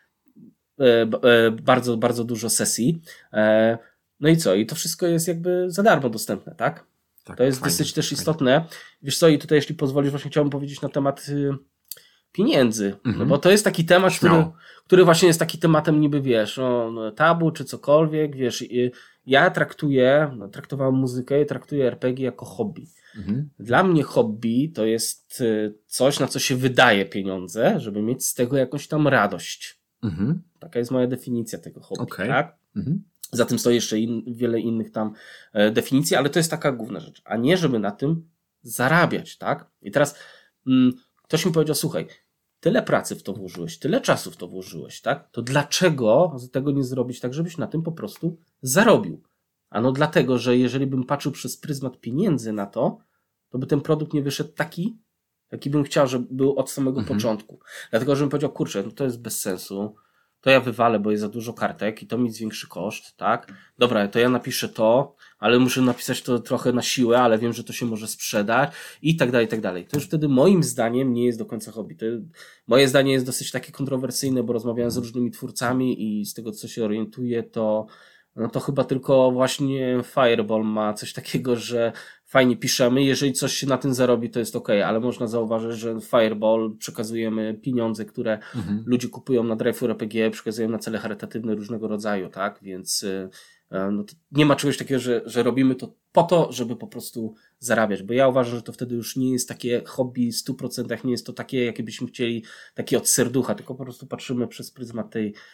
bardzo, bardzo dużo sesji. No i co? I to wszystko jest jakby za darmo dostępne, tak? Tak, to jest dosyć też istotne. Wiesz co, i tutaj jeśli pozwolisz, właśnie chciałbym powiedzieć na temat pieniędzy, no bo to jest taki temat, który właśnie jest taki tematem niby, wiesz, tabu czy cokolwiek, wiesz, ja traktowałem muzykę i traktuję RPG jako hobby. Dla mnie hobby to jest coś, na co się wydaje pieniądze, żeby mieć z tego jakąś tam radość. Taka jest moja definicja tego hobby, tak? Za tym stoi jeszcze wiele innych tam definicji, ale to jest taka główna rzecz, a nie żeby na tym zarabiać, tak? I teraz ktoś mi powiedział, słuchaj, tyle pracy w to włożyłeś, tyle czasu w to włożyłeś, tak? To dlaczego z tego nie zrobić tak, żebyś na tym po prostu zarobił? Ano dlatego, że jeżeli bym patrzył przez pryzmat pieniędzy na to by ten produkt nie wyszedł taki, jaki bym chciał, żeby był od samego początku. Dlatego, żebym powiedział, kurczę, no to jest bez sensu, to ja wywalę, bo jest za dużo kartek i to mi zwiększy koszt, tak? Dobra, to ja napiszę to, ale muszę napisać to trochę na siłę, ale wiem, że to się może sprzedać i tak dalej, i tak dalej. To już wtedy moim zdaniem nie jest do końca hobby. Moje zdanie jest dosyć takie kontrowersyjne, bo rozmawiałem z różnymi twórcami i z tego, co się orientuję, to chyba tylko właśnie Fireball ma coś takiego, że fajnie piszemy, jeżeli coś się na tym zarobi, to jest okej, ale można zauważyć, że Fireball przekazujemy pieniądze, które ludzie kupują na Drive RPG, przekazują na cele charytatywne różnego rodzaju, tak, więc nie ma czegoś takiego, że robimy to po to, żeby po prostu zarabiać, bo ja uważam, że to wtedy już nie jest takie hobby w 100%, nie jest to takie, jakie byśmy chcieli, takie od serducha, tylko po prostu patrzymy przez pryzmat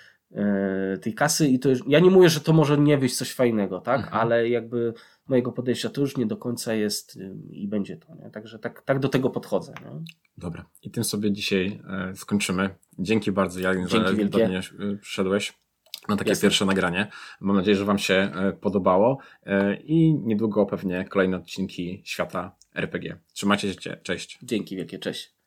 tej kasy i to już, ja nie mówię, że to może nie wyjść coś fajnego, tak, ale jakby mojego podejścia to już nie do końca jest i będzie to, nie? Także tak do tego podchodzę. Nie? Dobra, i tym sobie dzisiaj skończymy. Dzięki bardzo, Jan, że do mnie przyszedłeś na takie pierwsze nagranie. Mam nadzieję, że wam się podobało i niedługo pewnie kolejne odcinki Świata RPG. Trzymajcie się, cześć. Dzięki wielkie, cześć.